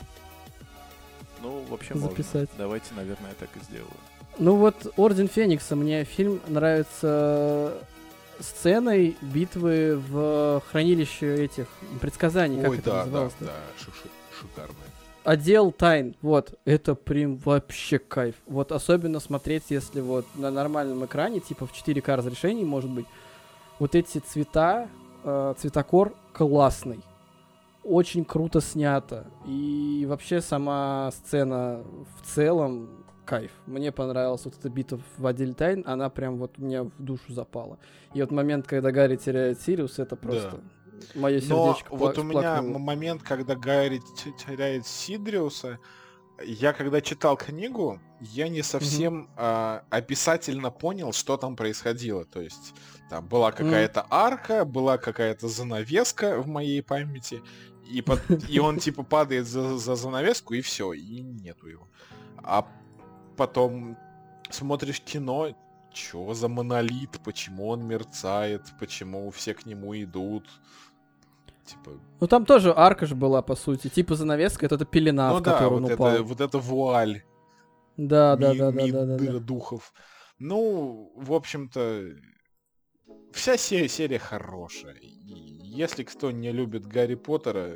Ну, вообще, записать. Можно. Давайте, наверное, так и сделаю. Ну, вот «Орден Феникса», мне фильм нравится... сценой битвы в хранилище этих предсказаний, как это называлось? Да, шикарно. Отдел тайн, вот, это прям вообще кайф. Вот особенно смотреть, если вот на нормальном экране, типа в 4К разрешении, может быть, вот эти цвета, цветокор классный. Очень круто снято. И вообще сама сцена в целом кайф. Мне понравилась вот эта битва в отделе тайн, она прям вот мне в душу запала. И вот момент, когда Гарри теряет Сириус, это просто мое сердечко. Но вот у меня момент, когда Гарри теряет Сидриуса, я когда читал книгу, я не совсем описательно понял, что там происходило. То есть там была какая-то арка, была какая-то занавеска в моей памяти, и он типа падает за занавеску, и все, и нету его. А потом смотришь кино, чё за монолит, почему он мерцает, почему все к нему идут. Типа... Ну там тоже арка же была, по сути. Типа занавеска, это пелена, в которую он упал. Вот это вуаль. Да. Духов. Ну, в общем-то, вся серия хорошая. И если кто не любит Гарри Поттера,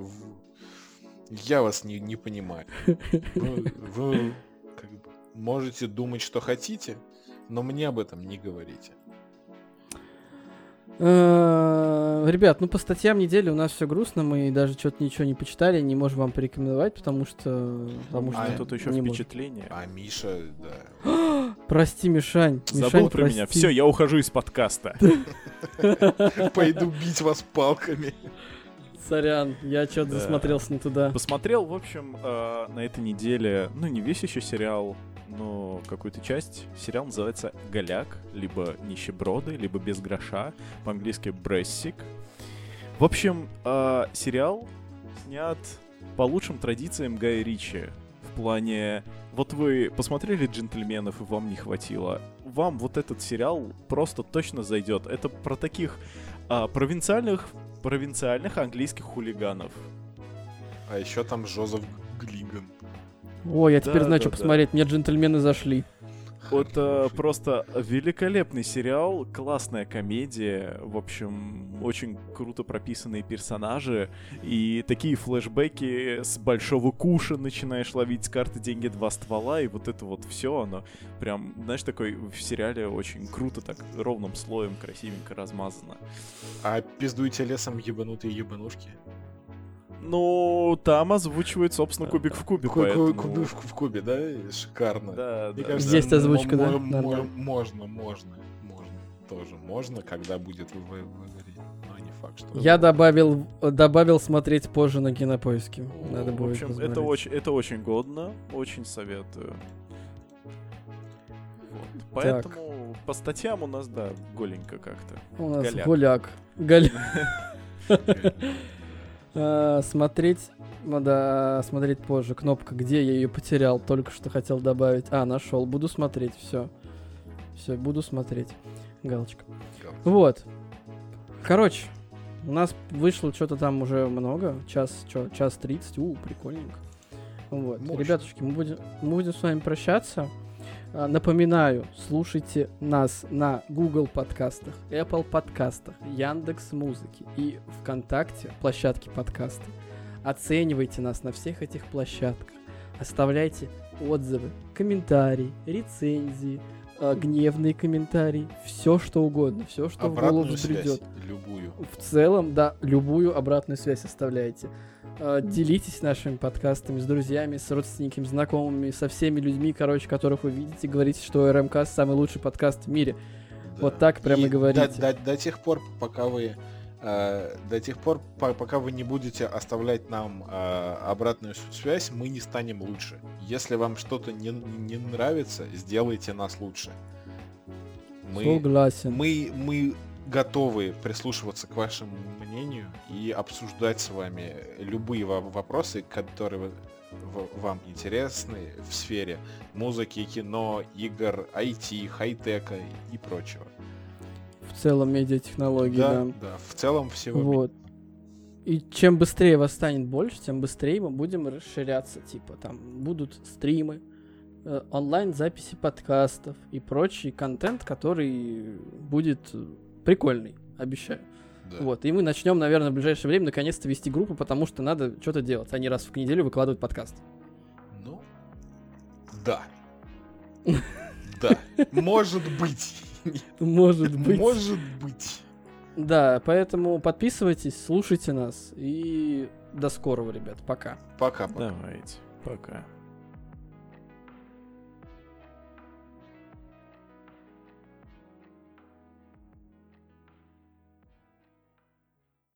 я вас не понимаю. Вы можете думать, что хотите, но мне об этом не говорите. Ребят, ну по статьям недели у нас все грустно, мы даже что-то ничего не почитали, не можем вам порекомендовать, потому что тут еще впечатление. А Миша, да. Прости, Мишань. Забыл про меня. Все, я ухожу из подкаста. Пойду бить вас палками. Сорян, я что-то засмотрелся не туда. Посмотрел, в общем, на этой неделе, ну не весь еще сериал, но какую-то часть. Сериал называется «Голяк», либо «Нищеброды», либо «Без гроша», по-английски «Брессик». В общем, сериал снят по лучшим традициям Гая Ричи, плане... Вот вы посмотрели «Джентльменов» и вам не хватило. Вам вот этот сериал просто точно зайдет. Это про таких провинциальных английских хулиганов. А еще там Жозеф Глиган. Ой, я теперь знаю, что посмотреть. Мне «Джентльмены» зашли. Вот просто великолепный сериал, классная комедия, в общем, очень круто прописанные персонажи и такие флешбеки с большого куша начинаешь ловить с карты «Деньги, два ствола», и вот это вот все, оно прям, знаешь, такой в сериале очень круто, так ровным слоем, красивенько размазано. А пиздуйте лесом ебанутые ебанушки? Ну, там озвучивает, собственно, Кубик в кубе, поэтому... Кубик в кубе, да? Шикарно. Да, Мне да. кажется, Есть озвучка, да? Можно. Тоже можно, когда будет говорить, но не факт, что... Я добавил смотреть позже на Кинопоиске. Надо В будет общем, посмотреть. это очень годно, очень советую. Вот. Поэтому по статьям у нас, да, голенько как-то. У нас Голяк. Голяк. Смотреть позже. Кнопка, где я ее потерял, только что хотел добавить. Нашел. Буду смотреть, все, буду смотреть. Галочка. Вот. Короче, у нас вышло что-то там уже много. Час 30. Прикольненько. Вот. Мощно. Ребятушки, мы будем с вами прощаться. Напоминаю, слушайте нас на Google подкастах, Apple подкастах, Яндекс.Музыке и ВКонтакте, площадке подкаста. Оценивайте нас на всех этих площадках. Оставляйте отзывы, комментарии, рецензии, гневные комментарии, все что угодно, все что в голову взбредет. Любую. В целом, да, любую обратную связь оставляйте. Делитесь нашими подкастами с друзьями, с родственниками, знакомыми, со всеми людьми, которых вы видите. Говорите, что РМК самый лучший подкаст в мире. Да. Вот так прямо и говорите. До тех пор, пока вы не будете оставлять нам обратную связь, мы не станем лучше. Если вам что-то не нравится, сделайте нас лучше. Согласен. Мы готовы прислушиваться к вашему мнению и обсуждать с вами любые вопросы, которые вам интересны в сфере музыки, кино, игр, IT, хай-тека и прочего. В целом медиатехнологии, да. Да, в целом всего. Вот. И чем быстрее вас станет больше, тем быстрее мы будем расширяться. Типа там будут стримы, онлайн-записи подкастов и прочий контент, который будет прикольный, обещаю. Да. Вот. И мы начнем, наверное, в ближайшее время наконец-то вести группу, потому что надо что-то делать, а не раз в неделю выкладывать подкаст. Ну, да. Да. Может быть. Может быть. Может быть. Да, поэтому подписывайтесь, слушайте нас и до скорого, ребят. Пока. Пока. Давайте. Пока.